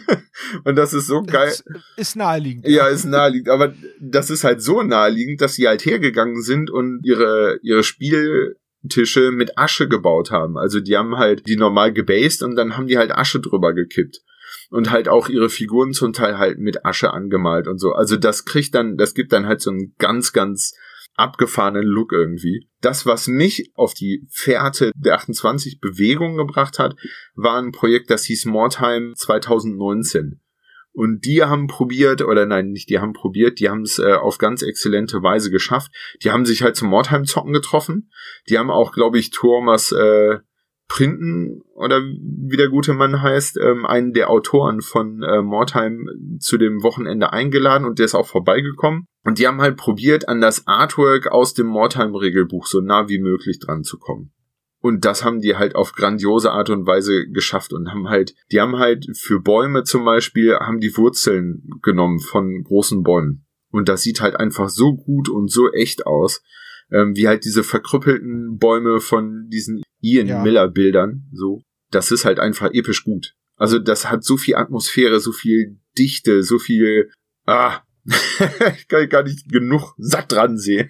Und das ist so geil. Das ist naheliegend. Ja, ist naheliegend, aber das ist halt so naheliegend, dass sie halt hergegangen sind und ihre ihre Spieltische mit Asche gebaut haben. Also die haben halt die normal gebased und dann haben die halt Asche drüber gekippt. Und halt auch ihre Figuren zum Teil halt mit Asche angemalt und so. Also das kriegt dann, das gibt dann halt so einen ganz, ganz abgefahrenen Look irgendwie. Das, was mich auf die Fährte der achtundzwanzig Bewegung gebracht hat, war ein Projekt, das hieß Mordheim zwanzig neunzehn. Und die haben probiert, oder nein, nicht die haben probiert, die haben es äh, auf ganz exzellente Weise geschafft. Die haben sich halt zum Mordheim-Zocken getroffen. Die haben auch, glaube ich, Thomas äh, Printen, oder wie der gute Mann heißt, ähm, einen der Autoren von äh, Mordheim zu dem Wochenende eingeladen und der ist auch vorbeigekommen. Und die haben halt probiert, an das Artwork aus dem Mordheim-Regelbuch so nah wie möglich dran zu kommen. Und das haben die halt auf grandiose Art und Weise geschafft und haben halt, die haben halt für Bäume zum Beispiel, haben die Wurzeln genommen von großen Bäumen. Und das sieht halt einfach so gut und so echt aus. Ähm, wie halt diese verkrüppelten Bäume von diesen Ian ja. Miller Bildern, so. Das ist halt einfach episch gut. Also das hat so viel Atmosphäre, so viel Dichte, so viel, ah, ich kann gar nicht genug satt dran sehen.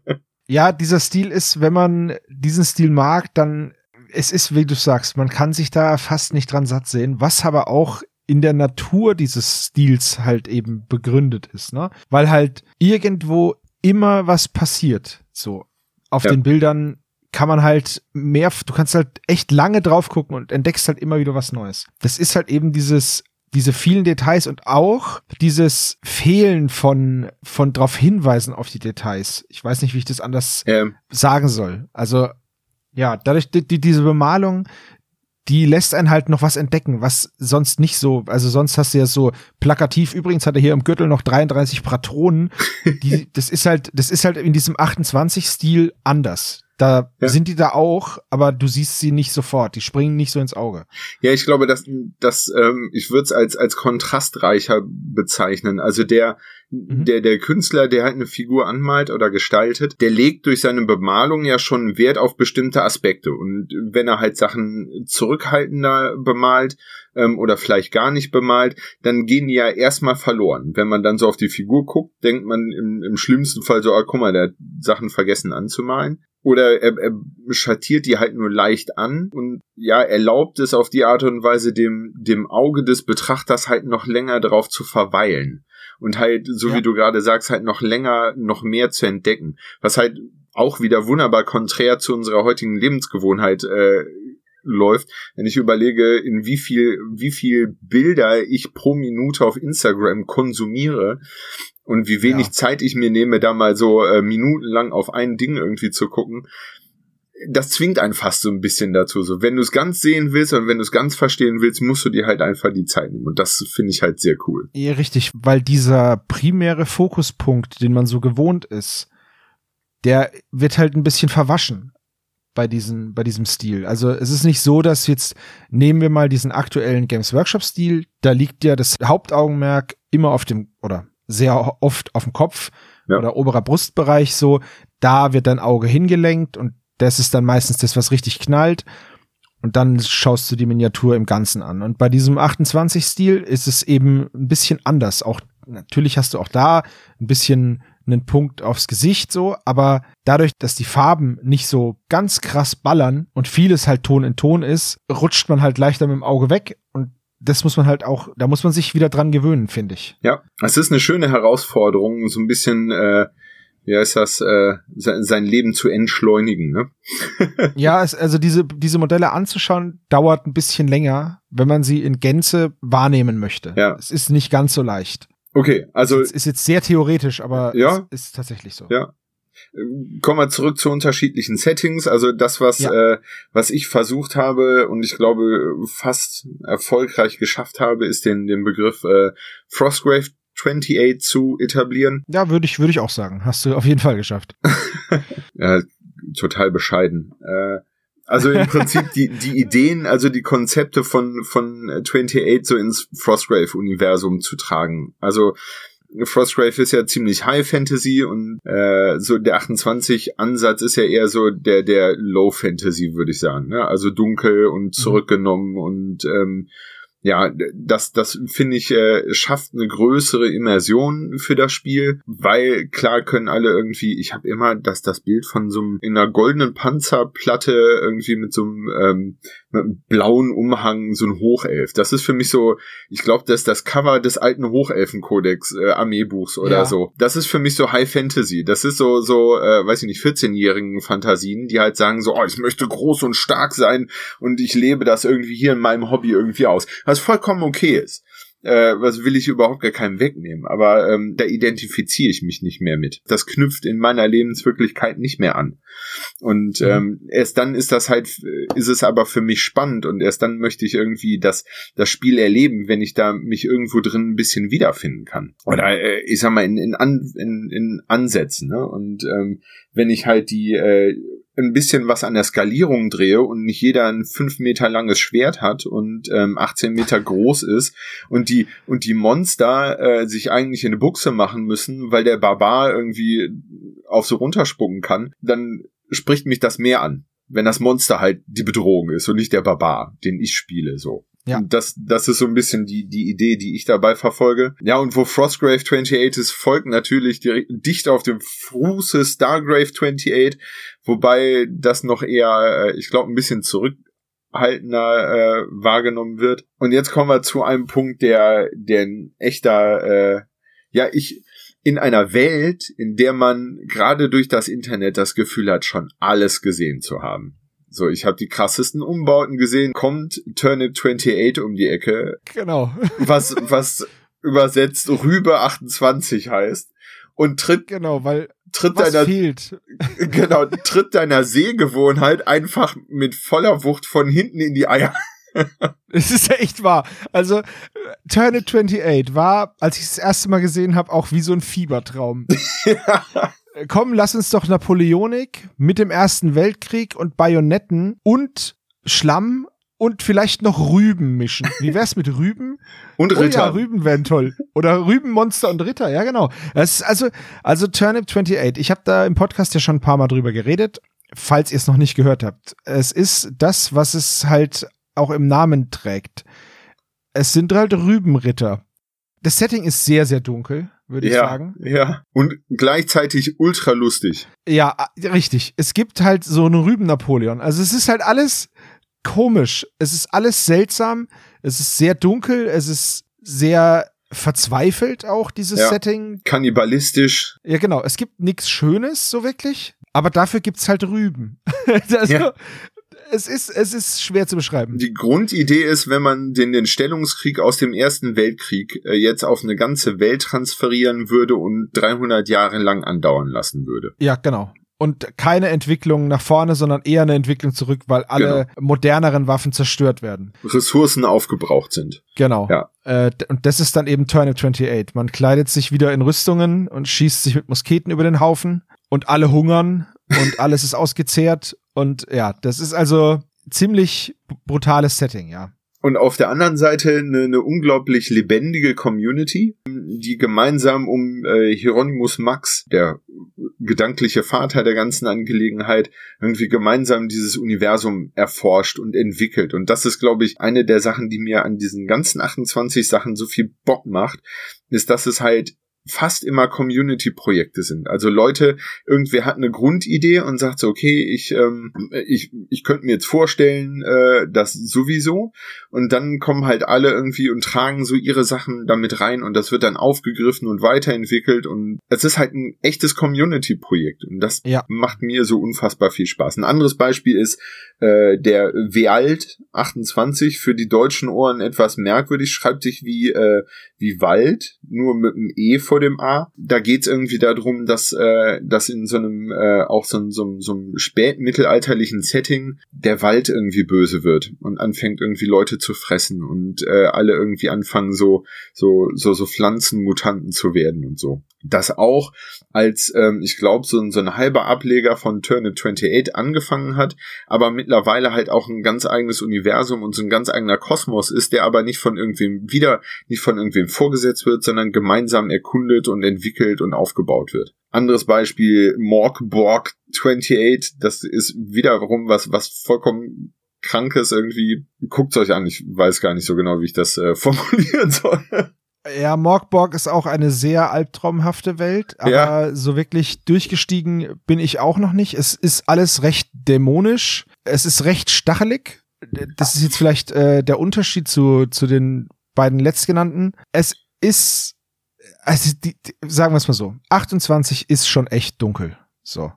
Ja, dieser Stil ist, wenn man diesen Stil mag, dann, es ist, wie du sagst, man kann sich da fast nicht dran satt sehen, was aber auch in der Natur dieses Stils halt eben begründet ist, ne? Weil halt irgendwo immer was passiert. So, auf ja. den Bildern kann man halt mehr, du kannst halt echt lange drauf gucken und entdeckst halt immer wieder was Neues. Das ist halt eben dieses, diese vielen Details und auch dieses Fehlen von, von drauf hinweisen auf die Details. Ich weiß nicht, wie ich das anders ähm. sagen soll. Also, ja, dadurch, die, die, diese Bemalung, die lässt einen halt noch was entdecken, was sonst nicht so, also sonst hast du ja so plakativ, übrigens hat er hier im Gürtel noch dreiunddreißig Patronen, die, das ist halt, das ist halt in diesem achtundzwanzig Stil anders. Da ja. sind die da auch, aber du siehst sie nicht sofort. Die springen nicht so ins Auge. Ja, ich glaube, dass, dass ähm, ich würde es als als kontrastreicher bezeichnen. Also der mhm. der der Künstler, der halt eine Figur anmalt oder gestaltet, der legt durch seine Bemalung ja schon Wert auf bestimmte Aspekte. Und wenn er halt Sachen zurückhaltender bemalt ähm, oder vielleicht gar nicht bemalt, dann gehen die ja erstmal verloren. Wenn man dann so auf die Figur guckt, denkt man im, im schlimmsten Fall so, ah, guck mal, der hat Sachen vergessen anzumalen. Oder er, er schattiert die halt nur leicht an und ja, erlaubt es auf die Art und Weise dem dem Auge des Betrachters halt noch länger drauf zu verweilen und halt, so ja. wie du gerade sagst, halt noch länger, noch mehr zu entdecken. Was halt auch wieder wunderbar konträr zu unserer heutigen Lebensgewohnheit äh, läuft, wenn ich überlege, in wie viel wie viel Bilder ich pro Minute auf Instagram konsumiere und wie wenig ja. Zeit ich mir nehme, da mal so äh, minutenlang auf ein Ding irgendwie zu gucken. Das zwingt einen fast so ein bisschen dazu. So, wenn du es ganz sehen willst und wenn du es ganz verstehen willst, musst du dir halt einfach die Zeit nehmen. Und das finde ich halt sehr cool. Ja, richtig, weil dieser primäre Fokuspunkt, den man so gewohnt ist, der wird halt ein bisschen verwaschen bei diesem, bei diesem Stil. Also es ist nicht so, dass jetzt, nehmen wir mal diesen aktuellen Games Workshop Stil, da liegt ja das Hauptaugenmerk immer auf dem, oder sehr oft auf dem Kopf ja. oder oberer Brustbereich so, da wird dein Auge hingelenkt und das ist dann meistens das, was richtig knallt und dann schaust du die Miniatur im Ganzen an. Und bei diesem achtundzwanzig Stil ist es eben ein bisschen anders. Auch natürlich hast du auch da ein bisschen einen Punkt aufs Gesicht so, aber dadurch, dass die Farben nicht so ganz krass ballern und vieles halt Ton in Ton ist, rutscht man halt leichter mit dem Auge weg und das muss man halt auch, da muss man sich wieder dran gewöhnen, finde ich. Ja, es ist eine schöne Herausforderung, so ein bisschen, äh, wie heißt das, äh, sein Leben zu entschleunigen, ne? Ja, es, also diese, diese Modelle anzuschauen, dauert ein bisschen länger, wenn man sie in Gänze wahrnehmen möchte. Ja. Es ist nicht ganz so leicht. Okay, also. Es ist jetzt sehr theoretisch, aber ja, es ist tatsächlich so. Ja. Kommen wir zurück zu unterschiedlichen Settings. Also das, was ja. äh, was ich versucht habe und ich glaube fast erfolgreich geschafft habe, ist den den Begriff äh, Frostgrave achtundzwanzig zu etablieren. Ja, würde ich würde ich auch sagen. Hast du auf jeden Fall geschafft. Ja, total bescheiden. Äh, also im Prinzip die die Ideen, also die Konzepte von von achtundzwanzig so ins Frostgrave-Universum zu tragen. Also Frostgrave ist ja ziemlich High Fantasy und äh, so der achtundzwanzig Ansatz ist ja eher so der der Low Fantasy, würde ich sagen, ne? Also dunkel und zurückgenommen mhm. und ähm, ja, das das finde ich äh, schafft eine größere Immersion für das Spiel, weil klar können alle irgendwie, ich habe immer das das Bild von so einem in einer goldenen Panzerplatte irgendwie mit so einem, ähm, mit einem blauen Umhang, so ein Hochelf. Das ist für mich so, ich glaube, das ist das Cover des alten Hochelfenkodex äh, Armeebuchs oder ja. so. Das ist für mich so High Fantasy. Das ist so so, äh, weiß ich nicht, vierzehnjährigen Fantasien, die halt sagen so, oh, ich möchte groß und stark sein und ich lebe das irgendwie hier in meinem Hobby irgendwie aus. Was vollkommen okay ist. Äh, was will ich überhaupt gar keinem wegnehmen. Aber ähm, da identifiziere ich mich nicht mehr mit. Das knüpft in meiner Lebenswirklichkeit nicht mehr an. Und mhm. ähm, erst dann ist das halt, ist es aber für mich spannend und erst dann möchte ich irgendwie das, das Spiel erleben, wenn ich da mich irgendwo drin ein bisschen wiederfinden kann. Oder äh, ich sag mal in, in, An, in, in Ansätzen. Ne? Und ähm, wenn ich halt die äh, ein bisschen was an der Skalierung drehe und nicht jeder ein fünf Meter langes Schwert hat und ähm, achtzehn Meter groß ist und die und die Monster äh, sich eigentlich in eine Buchse machen müssen, weil der Barbar irgendwie auf so runterspucken kann, dann spricht mich das mehr an, wenn das Monster halt die Bedrohung ist und nicht der Barbar, den ich spiele, so. Ja. Und das, das ist so ein bisschen die, die Idee, die ich dabei verfolge. Ja, und wo Frostgrave achtundzwanzig ist, folgt natürlich direkt, dicht auf dem Fuße Stargrave achtundzwanzig, wobei das noch eher, ich glaube, ein bisschen zurückhaltender äh, wahrgenommen wird. Und jetzt kommen wir zu einem Punkt, der, der ein echter, äh, ja, ich, in einer Welt, in der man gerade durch das Internet das Gefühl hat, schon alles gesehen zu haben. So, ich habe die krassesten Umbauten gesehen, kommt Turnip achtundzwanzig um die Ecke. Genau. Was, was übersetzt Rübe achtundzwanzig heißt. Und tritt, genau, weil tritt was deiner, fehlt. Genau, tritt deiner Sehgewohnheit einfach mit voller Wucht von hinten in die Eier. Es ist ja echt wahr. Also, Turnip achtundzwanzig war, als ich es das erste Mal gesehen habe, auch wie so ein Fiebertraum. Ja. komm, lass uns doch Napoleonik mit dem Ersten Weltkrieg und Bajonetten und Schlamm und vielleicht noch Rüben mischen. Wie wär's mit Rüben? Und Ritter. Oh ja, Rüben wären toll. Oder Rübenmonster und Ritter, ja genau. Das ist also, also Turnip achtundzwanzig. Ich habe da im Podcast ja schon ein paar Mal drüber geredet, falls ihr es noch nicht gehört habt. Es ist das, was es halt auch im Namen trägt. Es sind halt Rübenritter. Das Setting ist sehr, sehr dunkel, würde ich ja, sagen. Ja, und gleichzeitig ultra lustig. Ja, richtig. Es gibt halt so einen Rüben-Napoleon. Also es ist halt alles komisch. Es ist alles seltsam. Es ist sehr dunkel. Es ist sehr verzweifelt auch, dieses ja, Setting. Kannibalistisch. Ja, genau. Es gibt nichts Schönes, so wirklich. Aber dafür gibt's halt Rüben. also, ja. Es ist, es ist schwer zu beschreiben. Die Grundidee ist, wenn man den, den Stellungskrieg aus dem Ersten Weltkrieg äh, jetzt auf eine ganze Welt transferieren würde und dreihundert Jahre lang andauern lassen würde. Ja, genau. Und keine Entwicklung nach vorne, sondern eher eine Entwicklung zurück, weil alle genau. moderneren Waffen zerstört werden. Ressourcen aufgebraucht sind. Genau. Ja. Äh, und das ist dann eben Turnip achtundzwanzig. Man kleidet sich wieder in Rüstungen und schießt sich mit Musketen über den Haufen und alle hungern und alles ist ausgezehrt. Und ja, das ist also ziemlich brutales Setting, ja. Und auf der anderen Seite eine, eine unglaublich lebendige Community, die gemeinsam um äh, Hieronymus Max, der gedankliche Vater der ganzen Angelegenheit, irgendwie gemeinsam dieses Universum erforscht und entwickelt. Und das ist, glaube ich, eine der Sachen, die mir an diesen ganzen achtundzwanzig Sachen so viel Bock macht, ist, dass es halt fast immer Community-Projekte sind. Also Leute, irgendwer hat eine Grundidee und sagt so, okay, ich ähm, ich ich könnte mir jetzt vorstellen, äh, das sowieso. Und dann kommen halt alle irgendwie und tragen so ihre Sachen damit rein und das wird dann aufgegriffen und weiterentwickelt und es ist halt ein echtes Community-Projekt und das ja. macht mir so unfassbar viel Spaß. Ein anderes Beispiel ist äh, der Wealt achtundzwanzig, für die deutschen Ohren etwas merkwürdig, schreibt sich wie äh, wie Wald, nur mit einem E vor dem A. Da geht's irgendwie darum, dass äh, dass in so einem äh, auch so, so, so einem spätmittelalterlichen Setting der Wald irgendwie böse wird und anfängt irgendwie Leute zu fressen und äh, alle irgendwie anfangen so so so so Pflanzenmutanten zu werden und so. Das auch als ähm, ich glaube so, so ein halber Ableger von Turnip achtundzwanzig angefangen hat, aber mittlerweile halt auch ein ganz eigenes Universum und so ein ganz eigener Kosmos ist, der aber nicht von irgendwem wieder nicht von irgendwem vorgesetzt wird, sondern gemeinsam erkundet und entwickelt und aufgebaut wird. Anderes Beispiel, Mork Borg achtundzwanzig, das ist wiederum was was vollkommen Krankes irgendwie. Guckt's euch an, ich weiß gar nicht so genau, wie ich das äh, formulieren soll. Ja, Morkborg ist auch eine sehr albtraumhafte Welt, aber ja. so wirklich durchgestiegen bin ich auch noch nicht. Es ist alles recht dämonisch, es ist recht stachelig. Das ist jetzt vielleicht äh, der Unterschied zu, zu den beiden letztgenannten. Es ist, also die, die, sagen wir es mal so, achtundzwanzig ist schon echt dunkel. So.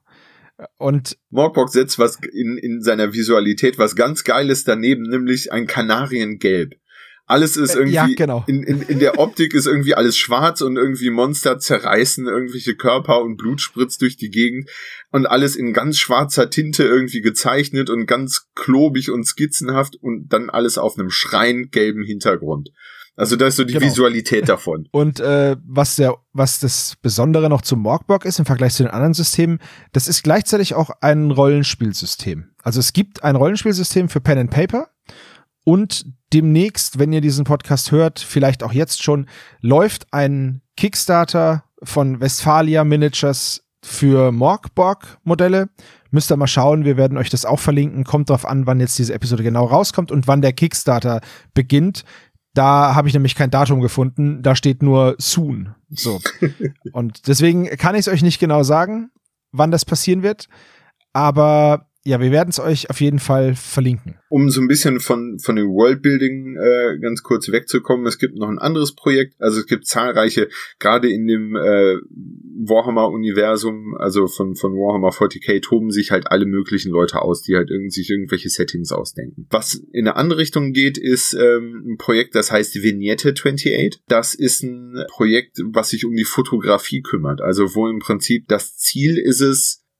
Und Morkborg setzt was in, in seiner Visualität was ganz Geiles daneben, nämlich ein Kanariengelb. Alles ist irgendwie, ja, genau. in, in, in der Optik ist irgendwie alles schwarz und irgendwie Monster zerreißen irgendwelche Körper und Blut spritzt durch die Gegend und alles in ganz schwarzer Tinte irgendwie gezeichnet und ganz klobig und skizzenhaft und dann alles auf einem schreiengelben Hintergrund. Also das ist so die genau. Visualität davon. Und äh, was der, was das Besondere noch zum Morkborg ist im Vergleich zu den anderen Systemen, das ist gleichzeitig auch ein Rollenspielsystem. Also es gibt ein Rollenspielsystem für Pen and Paper. Und demnächst, wenn ihr diesen Podcast hört, vielleicht auch jetzt schon, läuft ein Kickstarter von Westphalia Miniatures für Morkborg-Modelle. Müsst ihr mal schauen, wir werden euch das auch verlinken. Kommt drauf an, wann jetzt diese Episode genau rauskommt und wann der Kickstarter beginnt. Da habe ich nämlich kein Datum gefunden, da steht nur soon. So. Und deswegen kann ich es euch nicht genau sagen, wann das passieren wird. Aber ja, wir werden es euch auf jeden Fall verlinken. Um so ein bisschen von von dem Worldbuilding äh, ganz kurz wegzukommen, es gibt noch ein anderes Projekt, also es gibt zahlreiche, gerade in dem äh, Warhammer-Universum, also von von Warhammer vierzig K, toben sich halt alle möglichen Leute aus, die halt irgend, sich irgendwelche Settings ausdenken. Was in eine andere Richtung geht, ist ähm, ein Projekt, das heißt Vignette achtundzwanzig. Das ist ein Projekt, was sich um die Fotografie kümmert, also wo im Prinzip das Ziel ist es,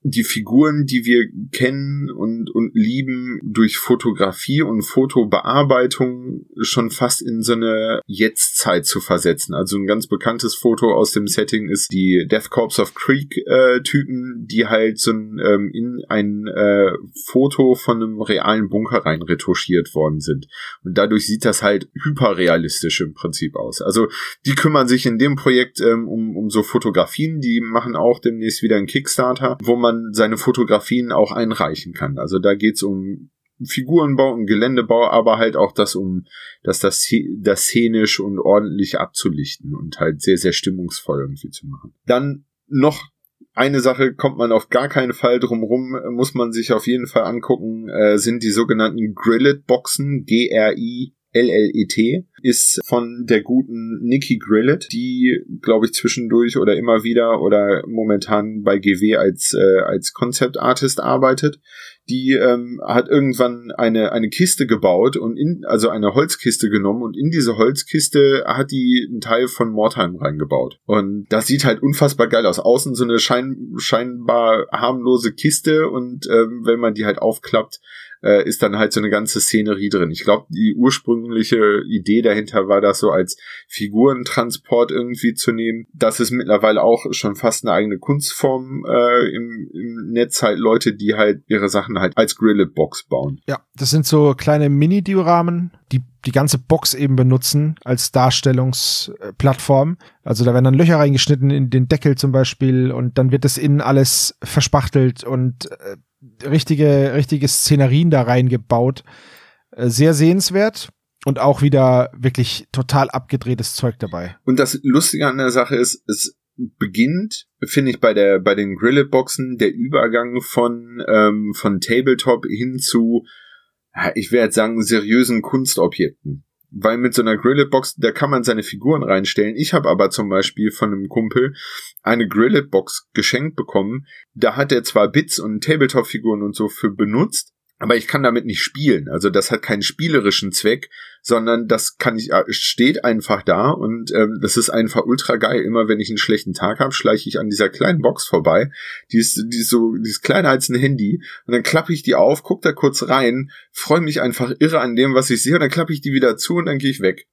die Figuren, die wir kennen und, und lieben, durch Fotografie und Fotobearbeitung schon fast in so eine Jetztzeit zu versetzen. Also ein ganz bekanntes Foto aus dem Setting ist die Death Corps of Creek äh, Typen, die halt so ein, ähm, in ein äh, Foto von einem realen Bunker rein retuschiert worden sind. Und dadurch sieht das halt hyperrealistisch im Prinzip aus. Also die kümmern sich in dem Projekt ähm, um, um so Fotografien, die machen auch demnächst wieder einen Kickstarter, wo man seine Fotografien auch einreichen kann. Also da geht's um Figurenbau und Geländebau, aber halt auch das um, dass das, das szenisch und ordentlich abzulichten und halt sehr, sehr stimmungsvoll irgendwie zu machen. Dann noch eine Sache, kommt man auf gar keinen Fall drum rum, muss man sich auf jeden Fall angucken, äh, sind die sogenannten Grillet-Boxen, G R I L L E T, ist von der guten Nikki Grillet, die, glaube ich, zwischendurch oder immer wieder oder momentan bei G W als äh, als Concept Artist arbeitet. Die ähm, hat irgendwann eine eine Kiste gebaut und in also eine Holzkiste genommen und in diese Holzkiste hat die einen Teil von Mordheim reingebaut. Und das sieht halt unfassbar geil aus. Außen so eine schein, scheinbar harmlose Kiste und ähm, wenn man die halt aufklappt, äh, ist dann halt so eine ganze Szenerie drin. Ich glaube, die ursprüngliche Idee dahinter war, das so als Figurentransport irgendwie zu nehmen. Das ist mittlerweile auch schon fast eine eigene Kunstform äh, im, im Netz, halt Leute, die halt ihre Sachen halt als Grillet-Box bauen. Ja, das sind so kleine Mini-Dioramen, die die ganze Box eben benutzen als Darstellungsplattform. Also da werden dann Löcher reingeschnitten in den Deckel zum Beispiel und dann wird das innen alles verspachtelt und äh, richtige, richtige Szenerien da reingebaut. Äh, sehr sehenswert und auch wieder wirklich total abgedrehtes Zeug dabei. Und das Lustige an der Sache ist, es beginnt, finde ich, bei der bei den Grillet-Boxen der Übergang von ähm, von Tabletop hin zu, ich werde jetzt sagen, seriösen Kunstobjekten. Weil mit so einer Grillet-Box, da kann man seine Figuren reinstellen. Ich habe aber zum Beispiel von einem Kumpel eine Grillet-Box geschenkt bekommen. Da hat er zwar Bits und Tabletop-Figuren und so für benutzt, aber ich kann damit nicht spielen. Also das hat keinen spielerischen Zweck, sondern das kann ich, steht einfach da und ähm, das ist einfach ultra geil. Immer wenn ich einen schlechten Tag habe, schleiche ich an dieser kleinen Box vorbei. Die ist, die ist so, die ist kleiner als ein Handy und dann klappe ich die auf, gucke da kurz rein, freue mich einfach irre an dem, was ich sehe und dann klappe ich die wieder zu und dann gehe ich weg.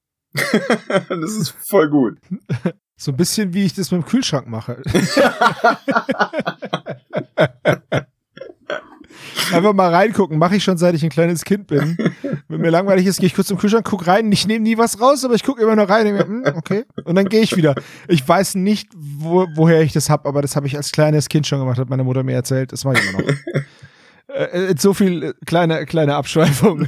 Das ist voll gut. So ein bisschen wie ich das mit dem Kühlschrank mache. Einfach mal reingucken, mache ich schon, seit ich ein kleines Kind bin. Wenn mir langweilig ist, gehe ich kurz zum Kühlschrank, guck rein. Ich nehme nie was raus, aber ich gucke immer noch rein. Und denke, hm, okay. Und dann gehe ich wieder. Ich weiß nicht, wo, woher ich das hab, aber das habe ich als kleines Kind schon gemacht, hat meine Mutter mir erzählt. Das mache ich immer noch. äh, so viel kleine, kleine Abschweifung.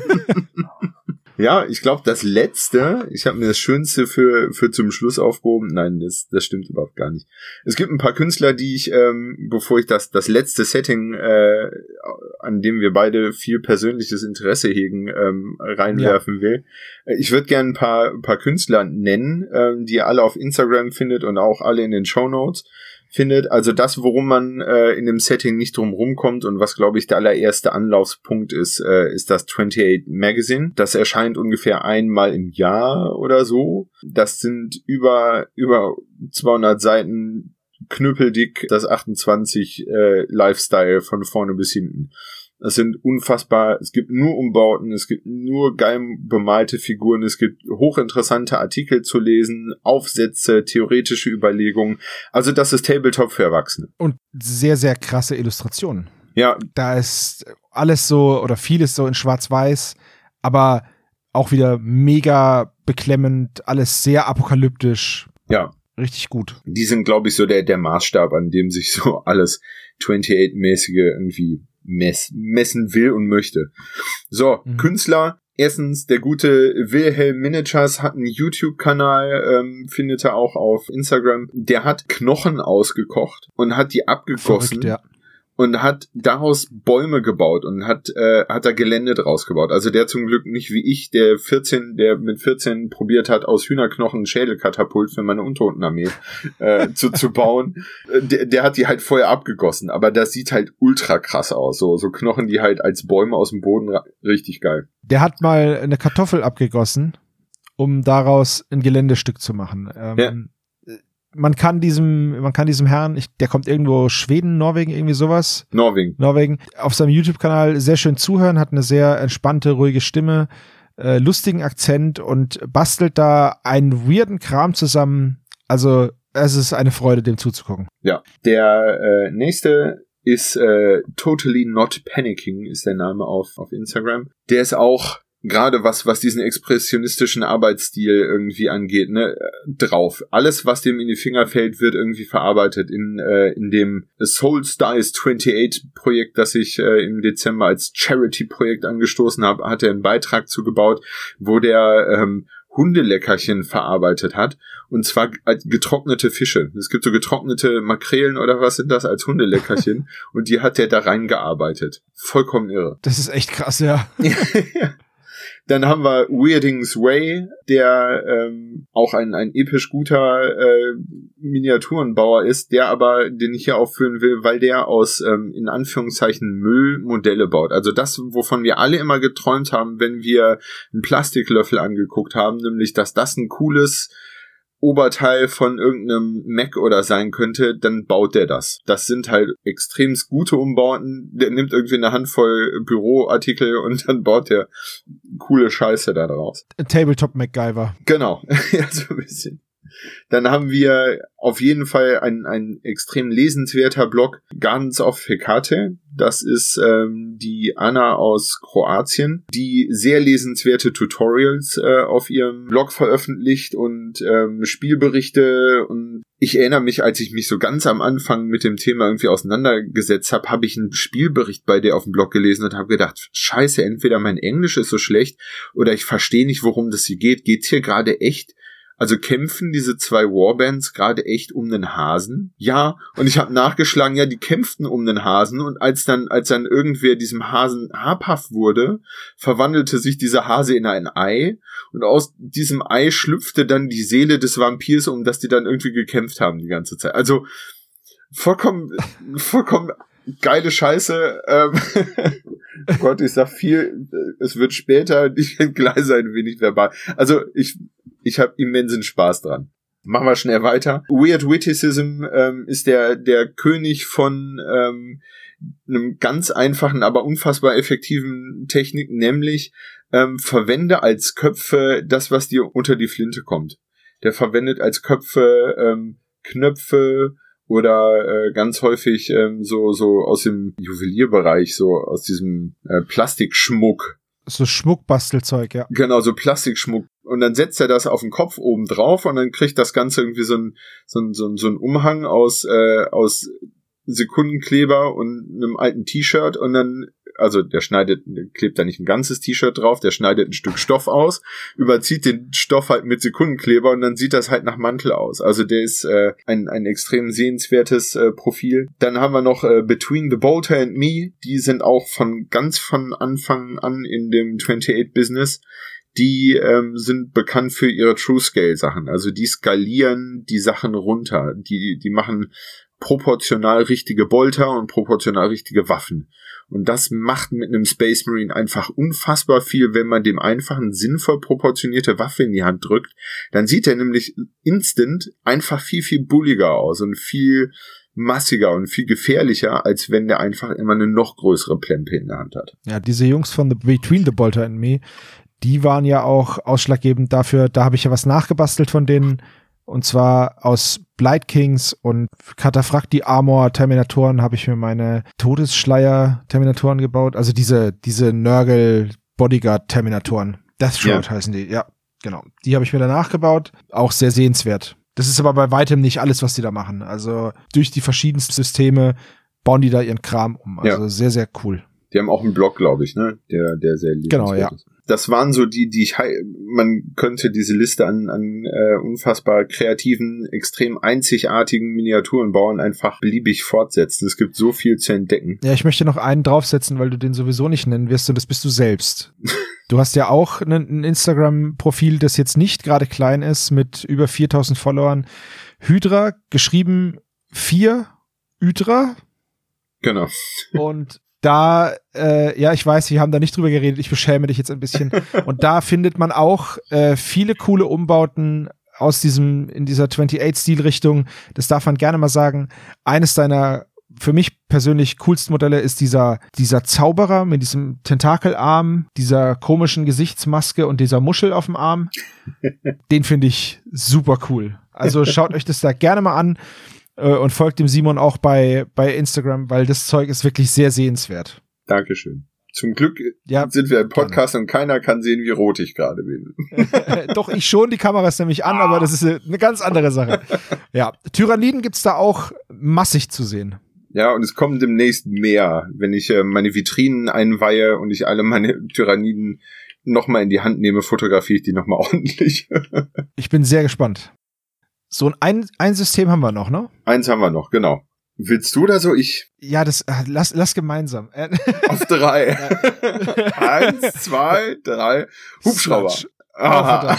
Ja, ich glaube, das Letzte, ich habe mir das Schönste für für zum Schluss aufgehoben. Nein, das das stimmt überhaupt gar nicht. Es gibt ein paar Künstler, die ich, ähm, bevor ich das das letzte Setting, äh, an dem wir beide viel persönliches Interesse hegen, ähm, reinwerfen ja. will. Ich würde gerne ein paar ein paar Künstler nennen, ähm, die ihr alle auf Instagram findet und auch alle in den Shownotes findet. Also das, worum man äh, in dem Setting nicht drum rumkommt und was, glaube ich, der allererste Anlaufspunkt ist, äh, ist das achtundzwanzig Magazine. Das erscheint ungefähr einmal im Jahr oder so. Das sind über über zweihundert Seiten knüppeldick, das achtundzwanzig äh, Lifestyle von vorne bis hinten. Das sind unfassbar, es gibt nur Umbauten, es gibt nur geil bemalte Figuren, es gibt hochinteressante Artikel zu lesen, Aufsätze, theoretische Überlegungen. Also das ist Tabletop für Erwachsene. Und sehr, sehr krasse Illustrationen. Ja. Da ist alles so oder vieles so in schwarz-weiß, aber auch wieder mega beklemmend, alles sehr apokalyptisch. Ja. Richtig gut. Die sind, glaube ich, so der, der Maßstab, an dem sich so alles achtundachtzig-mäßige irgendwie mess, messen will und möchte. So, mhm. Künstler. Erstens, der gute Wilhelm Miniatures hat einen YouTube-Kanal, ähm, findet er auch auf Instagram. Der hat Knochen ausgekocht und hat die abgegossen. Verrückt, ja. Und hat daraus Bäume gebaut und hat äh, hat da Gelände draus gebaut. Also der zum Glück nicht wie ich, der vierzehn, der mit vierzehn probiert hat, aus Hühnerknochen ein Schädelkatapult für meine Untotenarmee äh, zu zu bauen. Der, der hat die halt vorher abgegossen, aber das sieht halt ultra krass aus. So so Knochen, die halt als Bäume aus dem Boden, richtig geil. Der hat mal eine Kartoffel abgegossen, um daraus ein Geländestück zu machen. Ähm, ja. man kann diesem, man kann diesem Herrn, ich, der kommt irgendwo Schweden, Norwegen, irgendwie sowas. Norwegen. Norwegen. Auf seinem YouTube-Kanal sehr schön zuhören, hat eine sehr entspannte, ruhige Stimme, äh, lustigen Akzent und bastelt da einen weirden Kram zusammen. Also, es ist eine Freude, dem zuzugucken. Ja. Der äh, nächste ist äh, Totally Not Panicking, ist der Name auf, auf Instagram. Der ist auch gerade was, was diesen expressionistischen Arbeitsstil irgendwie angeht, ne, drauf. Alles, was dem in die Finger fällt, wird irgendwie verarbeitet. In, äh, in dem Souls Dice achtundachtzig Projekt, das ich äh, im Dezember als Charity-Projekt angestoßen habe, hat er einen Beitrag zugebaut, wo der ähm, Hundeleckerchen verarbeitet hat. Und zwar als getrocknete Fische. Es gibt so getrocknete Makrelen oder was sind das als Hundeleckerchen. Und die hat der da reingearbeitet. Vollkommen irre. Das ist echt krass, ja. Dann haben wir Weirding's Way, der ähm, auch ein, ein episch guter äh, Miniaturenbauer ist, der aber, den ich hier aufführen will, weil der aus, ähm, in Anführungszeichen, Müll Modelle baut. Also das, wovon wir alle immer geträumt haben, wenn wir einen Plastiklöffel angeguckt haben, nämlich, dass das ein cooles Oberteil von irgendeinem Mac oder sein könnte, dann baut der das. Das sind halt extremst gute Umbauten. Der nimmt irgendwie eine Handvoll Büroartikel und dann baut der coole Scheiße da draus. Tabletop MacGyver. Genau, ja, so ein bisschen. Dann haben wir auf jeden Fall ein, ein extrem lesenswerter Blog, Gardens of Hecate. Das ist ähm, die Anna aus Kroatien, die sehr lesenswerte Tutorials äh, auf ihrem Blog veröffentlicht und ähm, Spielberichte. Und ich erinnere mich, als ich mich so ganz am Anfang mit dem Thema irgendwie auseinandergesetzt habe, habe ich einen Spielbericht bei der auf dem Blog gelesen und habe gedacht, scheiße, entweder mein Englisch ist so schlecht oder ich verstehe nicht, worum das hier geht. Geht's hier gerade echt? Also kämpfen diese zwei Warbands gerade echt um den Hasen? Ja, und ich habe nachgeschlagen, ja, die kämpften um den Hasen und als dann als dann irgendwer diesem Hasen habhaft wurde, verwandelte sich dieser Hase in ein Ei und aus diesem Ei schlüpfte dann die Seele des Vampirs, um das die dann irgendwie gekämpft haben die ganze Zeit. Also vollkommen vollkommen geile Scheiße. Ähm Oh Gott, ich sag viel, es wird später nicht entgleise ein wenig verbal. Also ich ich habe immensen Spaß dran. Machen wir schnell weiter. Weird Witticism ähm, ist der der König von ähm, einem ganz einfachen, aber unfassbar effektiven Technik, nämlich ähm, verwende als Köpfe das, was dir unter die Flinte kommt. Der verwendet als Köpfe ähm, Knöpfe, oder äh, ganz häufig ähm, so so aus dem Juwelierbereich, so aus diesem äh, Plastikschmuck. So Schmuckbastelzeug, ja. Genau, so Plastikschmuck. Und dann setzt er das auf den Kopf oben drauf und dann kriegt das Ganze irgendwie so ein so ein so ein, so ein Umhang aus äh, aus Sekundenkleber und einem alten T-Shirt und dann, also der schneidet, der klebt da nicht ein ganzes T-Shirt drauf, der schneidet ein Stück Stoff aus, überzieht den Stoff halt mit Sekundenkleber und dann sieht das halt nach Mantel aus. Also der ist äh, ein ein extrem sehenswertes äh, Profil. Dann haben wir noch äh, Between the Bolter and Me, die sind auch von ganz von Anfang an in dem achtundachtzig-Business. Die ähm, sind bekannt für ihre True-Scale-Sachen. Also die skalieren die Sachen runter. Die die machen proportional richtige Bolter und proportional richtige Waffen. Und das macht mit einem Space Marine einfach unfassbar viel, wenn man dem einfach eine sinnvoll proportionierte Waffe in die Hand drückt. Dann sieht er nämlich instant einfach viel, viel bulliger aus und viel massiger und viel gefährlicher, als wenn der einfach immer eine noch größere Plempe in der Hand hat. Ja, diese Jungs von the Between the Bolter and Me, die waren ja auch ausschlaggebend dafür, da habe ich ja was nachgebastelt von denen. Und zwar aus Blight Kings und Cataphracti Armor Terminatoren habe ich mir meine Todesschleier Terminatoren gebaut. Also diese, diese Nörgel Bodyguard Terminatoren. Deathshroud ja. heißen die. Ja, genau. Die habe ich mir danach gebaut. Auch sehr sehenswert. Das ist aber bei weitem nicht alles, was die da machen. Also durch die verschiedensten Systeme bauen die da ihren Kram um. Also ja. sehr, sehr cool. Die haben auch einen Blog, glaube ich, ne? Der, der sehr lieb Genau, ja. ist. Das waren so die, die ich, man könnte diese Liste an, an äh, unfassbar kreativen, extrem einzigartigen Miniaturenbauern einfach beliebig fortsetzen. Es gibt so viel zu entdecken. Ja, ich möchte noch einen draufsetzen, weil du den sowieso nicht nennen wirst und das bist du selbst. Du hast ja auch ein, ein Instagram-Profil, das jetzt nicht gerade klein ist, mit über viertausend Followern. Hydra, geschrieben vier Hydra. Genau. Und da, äh, ja, ich weiß, wir haben da nicht drüber geredet, ich beschäme dich jetzt ein bisschen. Und da findet man auch äh, viele coole Umbauten aus diesem, in dieser achtundzwanzig-Stilrichtung, das darf man gerne mal sagen, eines deiner für mich persönlich coolsten Modelle ist dieser, dieser Zauberer mit diesem Tentakelarm, dieser komischen Gesichtsmaske und dieser Muschel auf dem Arm. Den finde ich super cool. Also schaut euch das da gerne mal an äh, und folgt dem Simon auch bei, bei Instagram, weil das Zeug ist wirklich sehr sehenswert. Dankeschön. Zum Glück ja, sind wir im Podcast gerne. Und keiner kann sehen, wie rot ich gerade bin. Doch, ich schon, die Kamera ist nämlich an, aber das ist eine ganz andere Sache. Ja, Tyranniden gibt's da auch massig zu sehen. Ja, und es kommen demnächst mehr, wenn ich äh, meine Vitrinen einweihe und ich alle meine Tyranniden nochmal in die Hand nehme, fotografiere ich die nochmal ordentlich. Ich bin sehr gespannt. So ein, ein System haben wir noch, ne? Eins haben wir noch, genau. Willst du oder so? Ich? Ja, das, lass, lass gemeinsam. Auf drei. Eins, zwei, drei. Hubschrauber. Sludge. Aha.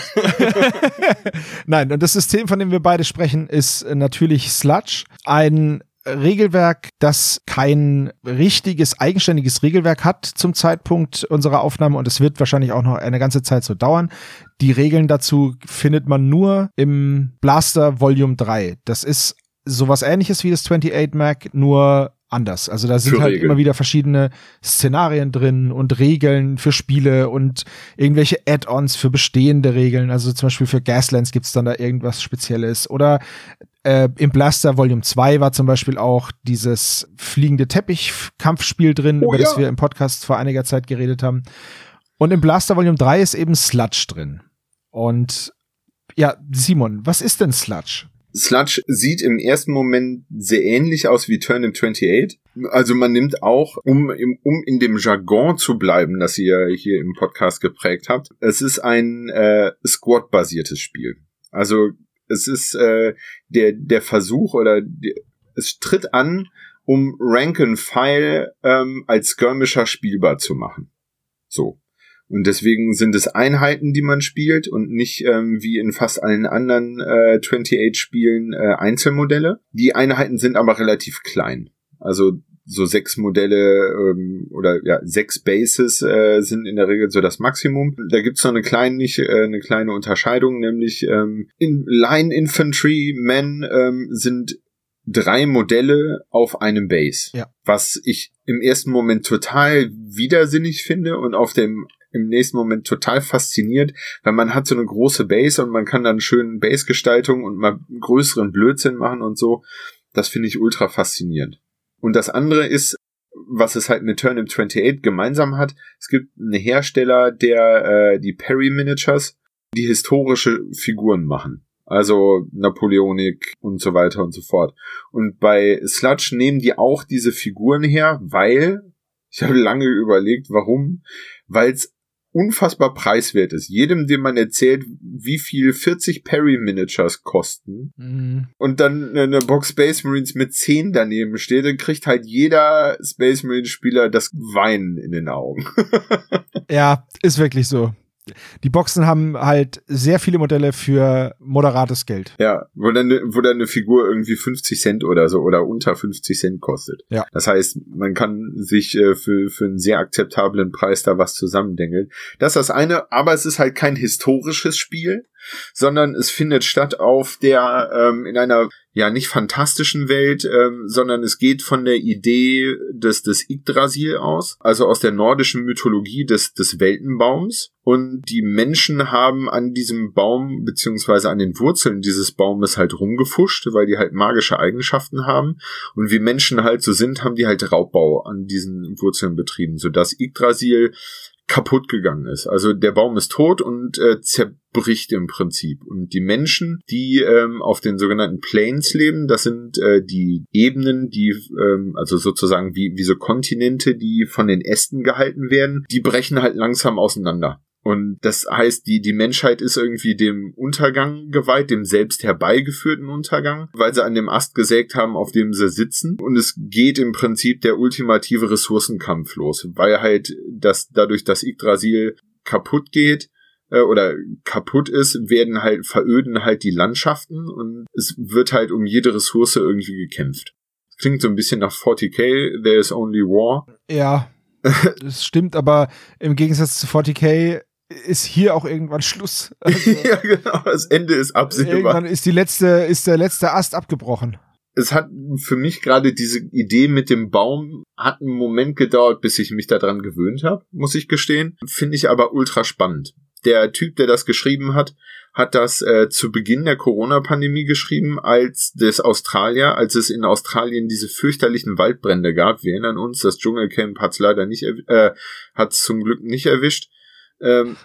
Nein, und das System, von dem wir beide sprechen, ist natürlich Sludge. Ein Regelwerk, das kein richtiges, eigenständiges Regelwerk hat zum Zeitpunkt unserer Aufnahme und es wird wahrscheinlich auch noch eine ganze Zeit so dauern. Die Regeln dazu findet man nur im Blaster Volume drei. Das ist sowas Ähnliches wie das achtundzwanzig Mag, nur anders. Also da sind für halt Regeln. Immer wieder verschiedene Szenarien drin und Regeln für Spiele und irgendwelche Add-ons für bestehende Regeln. Also zum Beispiel für Gaslands gibt's dann da irgendwas Spezielles. Oder äh, im Blaster Volume zwei war zum Beispiel auch dieses fliegende Teppich-Kampfspiel drin, oh, über ja. das wir im Podcast vor einiger Zeit geredet haben. Und im Blaster Volume drei ist eben Sludge drin. Und ja, Simon, was ist denn Sludge? Sludge sieht im ersten Moment sehr ähnlich aus wie Turn im achtundzwanzig. Also man nimmt auch, um, um in dem Jargon zu bleiben, das ihr hier im Podcast geprägt habt, es ist ein äh, Squad-basiertes Spiel. Also es ist äh, der der Versuch oder die, es tritt an, um Rank and File ähm, als Skirmisher spielbar zu machen. So. Und deswegen sind es Einheiten, die man spielt und nicht ähm, wie in fast allen anderen äh, achtundzwanzig-Spielen äh, Einzelmodelle. Die Einheiten sind aber relativ klein. Also so sechs Modelle ähm, oder ja sechs Bases äh, sind in der Regel so das Maximum. Da gibt's noch eine kleine, äh, eine kleine Unterscheidung, nämlich ähm, in Line Infantry Men ähm, sind drei Modelle auf einem Base. Ja. Was ich im ersten Moment total widersinnig finde und auf dem im nächsten Moment total fasziniert, weil man hat so eine große Base und man kann dann schön Base-Gestaltung und mal größeren Blödsinn machen und so. Das finde ich ultra faszinierend. Und das andere ist, was es halt mit Turn im achtundzwanzig gemeinsam hat, es gibt einen Hersteller, der äh, die Perry Miniatures, die historische Figuren machen. Also Napoleonik und so weiter und so fort. Und bei Sludge nehmen die auch diese Figuren her, weil, ich habe lange überlegt, warum, weil es unfassbar preiswert ist. Jedem, dem man erzählt, wie viel vierzig Perry Miniatures kosten Mhm. und dann eine Box Space Marines mit zehn daneben steht, dann kriegt halt jeder Space Marine Spieler das Weinen in den Augen. Ja, ist wirklich so. Die Boxen haben halt sehr viele Modelle für moderates Geld. Ja, wo dann, wo dann eine Figur irgendwie fünfzig Cent oder so oder unter fünfzig Cent kostet. Ja. Das heißt, man kann sich äh, für, für einen sehr akzeptablen Preis da was zusammendengeln. Das ist das eine, aber es ist halt kein historisches Spiel, sondern es findet statt auf der, ähm, in einer, ja, nicht fantastischen Welt, ähm, sondern es geht von der Idee des, des Yggdrasil aus, also aus der nordischen Mythologie des, des Weltenbaums. Und die Menschen haben an diesem Baum, beziehungsweise an den Wurzeln dieses Baumes halt rumgefuscht, weil die halt magische Eigenschaften haben. Und wie Menschen halt so sind, haben die halt Raubbau an diesen Wurzeln betrieben, sodass Yggdrasil kaputt gegangen ist. Also der Baum ist tot und äh, zerbricht im Prinzip. Und die Menschen, die ähm, auf den sogenannten Plains leben, das sind äh, die Ebenen, die ähm, also sozusagen wie, wie so Kontinente, die von den Ästen gehalten werden, die brechen halt langsam auseinander. Und das heißt, die, die Menschheit ist irgendwie dem Untergang geweiht, dem selbst herbeigeführten Untergang, weil sie an dem Ast gesägt haben, auf dem sie sitzen. Und es geht im Prinzip der ultimative Ressourcenkampf los, weil halt das, dadurch, dass Yggdrasil kaputt geht, äh, oder kaputt ist, werden halt, veröden halt die Landschaften und es wird halt um jede Ressource irgendwie gekämpft. Das klingt so ein bisschen nach vierzig K, There is Only War. Ja, das stimmt, aber im Gegensatz zu vierzig K ist hier auch irgendwann Schluss. Also ja, genau, das Ende ist absehbar. Irgendwann ist die letzte, ist der letzte Ast abgebrochen. Es hat für mich gerade diese Idee mit dem Baum hat einen Moment gedauert, bis ich mich daran gewöhnt habe, muss ich gestehen. Finde ich aber ultra spannend. Der Typ, der das geschrieben hat, hat das äh, zu Beginn der Corona-Pandemie geschrieben, als des Australier, als es in Australien diese fürchterlichen Waldbrände gab. Wir erinnern uns, das Dschungelcamp hat es leider nicht, äh, hat es zum Glück nicht erwischt. Ähm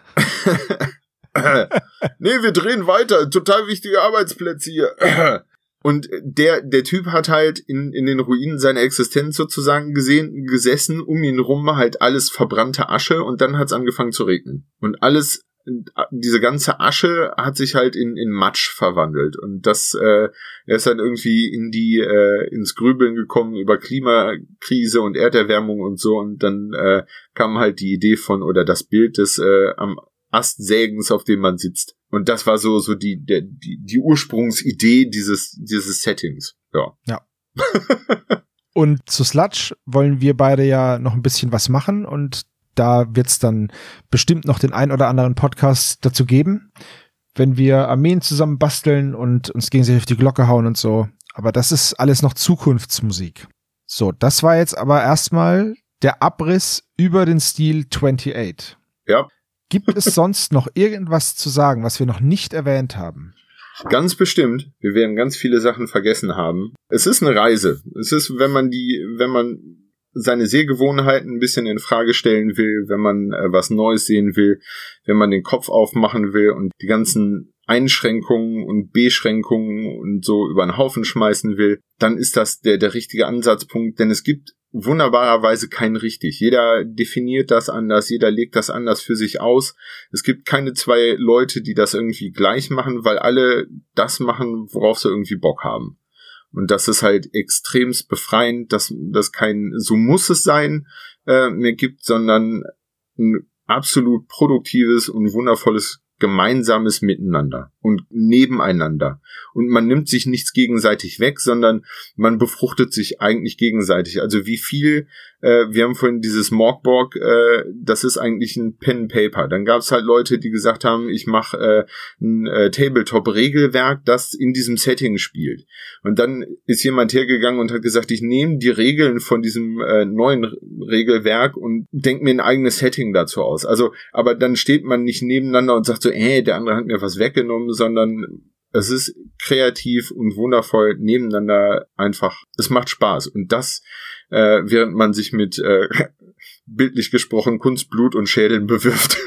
nee, wir drehen weiter. Total wichtige Arbeitsplätze hier. Und der der Typ hat halt in in den Ruinen seiner Existenz sozusagen gesehen, gesessen, um ihn rum halt alles verbrannte Asche und dann hat es angefangen zu regnen. Und alles, diese ganze Asche hat sich halt in in Matsch verwandelt. Und das, äh, er ist dann irgendwie in die, äh, ins Grübeln gekommen über Klimakrise und Erderwärmung und so. Und dann äh, kam halt die Idee von, oder das Bild des äh, am Astsägens, auf dem man sitzt. Und das war so so die der, die die Ursprungsidee dieses dieses Settings. Ja. Ja. Und zu Sludge wollen wir beide ja noch ein bisschen was machen und da wird's dann bestimmt noch den ein oder anderen Podcast dazu geben, wenn wir Armeen zusammen basteln und uns gegenseitig auf die Glocke hauen und so. Aber das ist alles noch Zukunftsmusik. So, das war jetzt aber erstmal der Abriss über den Stil achtundachtzig. Ja. Gibt es sonst noch irgendwas zu sagen, was wir noch nicht erwähnt haben? Ganz bestimmt. Wir werden ganz viele Sachen vergessen haben. Es ist eine Reise. Es ist, wenn man die, wenn man seine Sehgewohnheiten ein bisschen in Frage stellen will, wenn man äh, was Neues sehen will, wenn man den Kopf aufmachen will und die ganzen Einschränkungen und Beschränkungen und so über den Haufen schmeißen will, dann ist das der, der richtige Ansatzpunkt, denn es gibt wunderbarerweise kein richtig. Jeder definiert das anders, jeder legt das anders für sich aus. Es gibt keine zwei Leute, die das irgendwie gleich machen, weil alle das machen, worauf sie irgendwie Bock haben. Und das ist halt extremst befreiend, dass das kein so muss es sein äh, mehr gibt, sondern ein absolut produktives und wundervolles gemeinsames Miteinander und nebeneinander. Und man nimmt sich nichts gegenseitig weg, sondern man befruchtet sich eigentlich gegenseitig. Also wie viel, äh, wir haben vorhin dieses Morgborg, äh, das ist eigentlich ein Pen and Paper. Dann gab es halt Leute, die gesagt haben, ich mache äh, ein äh, Tabletop-Regelwerk, das in diesem Setting spielt. Und dann ist jemand hergegangen und hat gesagt, ich nehme die Regeln von diesem äh, neuen Regelwerk und denke mir ein eigenes Setting dazu aus. Also, aber dann steht man nicht nebeneinander und sagt so, äh, der andere hat mir was weggenommen, sondern es ist kreativ und wundervoll nebeneinander einfach. Es macht Spaß. Und das, äh, während man sich mit, äh, bildlich gesprochen, Kunst, Blut und Schädeln bewirft.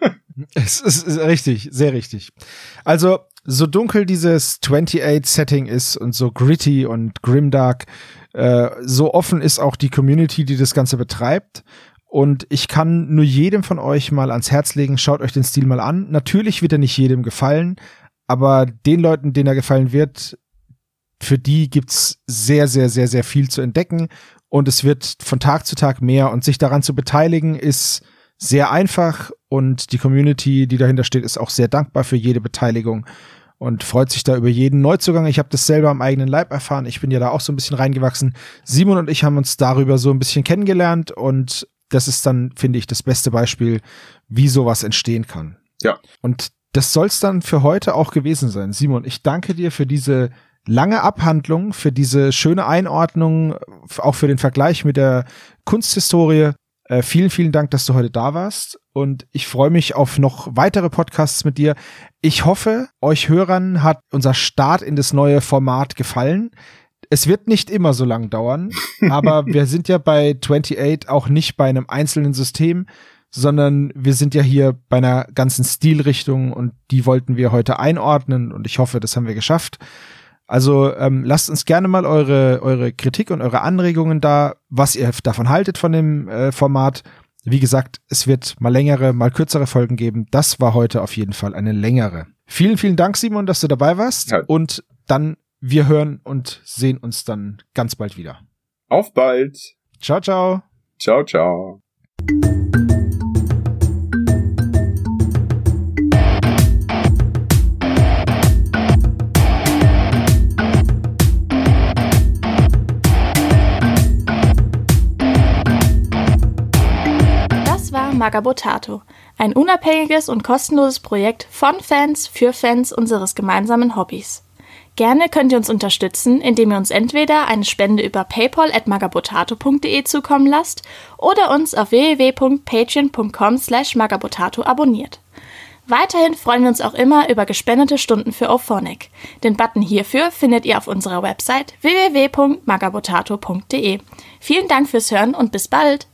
Es ist, ist richtig, sehr richtig. Also, so dunkel dieses achtundachtzig-Setting ist und so gritty und grimdark, äh, so offen ist auch die Community, die das Ganze betreibt. Und ich kann nur jedem von euch mal ans Herz legen, schaut euch den Stil mal an. Natürlich wird er nicht jedem gefallen, aber den Leuten, denen er gefallen wird, für die gibt's sehr, sehr, sehr, sehr viel zu entdecken. Und es wird von Tag zu Tag mehr. Und sich daran zu beteiligen, ist sehr einfach. Und die Community, die dahinter steht, ist auch sehr dankbar für jede Beteiligung und freut sich da über jeden Neuzugang. Ich habe das selber am eigenen Leib erfahren. Ich bin ja da auch so ein bisschen reingewachsen. Simon und ich haben uns darüber so ein bisschen kennengelernt und das ist dann, finde ich, das beste Beispiel, wie sowas entstehen kann. Ja. Und das soll es dann für heute auch gewesen sein. Simon, ich danke dir für diese lange Abhandlung, für diese schöne Einordnung, auch für den Vergleich mit der Kunsthistorie. Äh, vielen, vielen Dank, dass du heute da warst. Und ich freue mich auf noch weitere Podcasts mit dir. Ich hoffe, euch Hörern hat unser Start in das neue Format gefallen. Es wird nicht immer so lang dauern, aber wir sind ja bei achtundachtzig auch nicht bei einem einzelnen System, sondern wir sind ja hier bei einer ganzen Stilrichtung und die wollten wir heute einordnen und ich hoffe, das haben wir geschafft. Also ähm, lasst uns gerne mal eure eure Kritik und eure Anregungen da, was ihr davon haltet von dem äh, Format. Wie gesagt, es wird mal längere, mal kürzere Folgen geben. Das war heute auf jeden Fall eine längere. Vielen, vielen Dank, Simon, dass du dabei warst. Ja. Und dann, wir hören und sehen uns dann ganz bald wieder. Auf bald. Ciao, ciao. Ciao, ciao. Magabotato, ein unabhängiges und kostenloses Projekt von Fans für Fans unseres gemeinsamen Hobbys. Gerne könnt ihr uns unterstützen, indem ihr uns entweder eine Spende über paypal at magabotato punkt de zukommen lasst oder uns auf w w w punkt patreon punkt com slash magabotato abonniert. Weiterhin freuen wir uns auch immer über gespendete Stunden für Auphonic. Den Button hierfür findet ihr auf unserer Website w w w punkt magabotato punkt de. Vielen Dank fürs Hören und bis bald!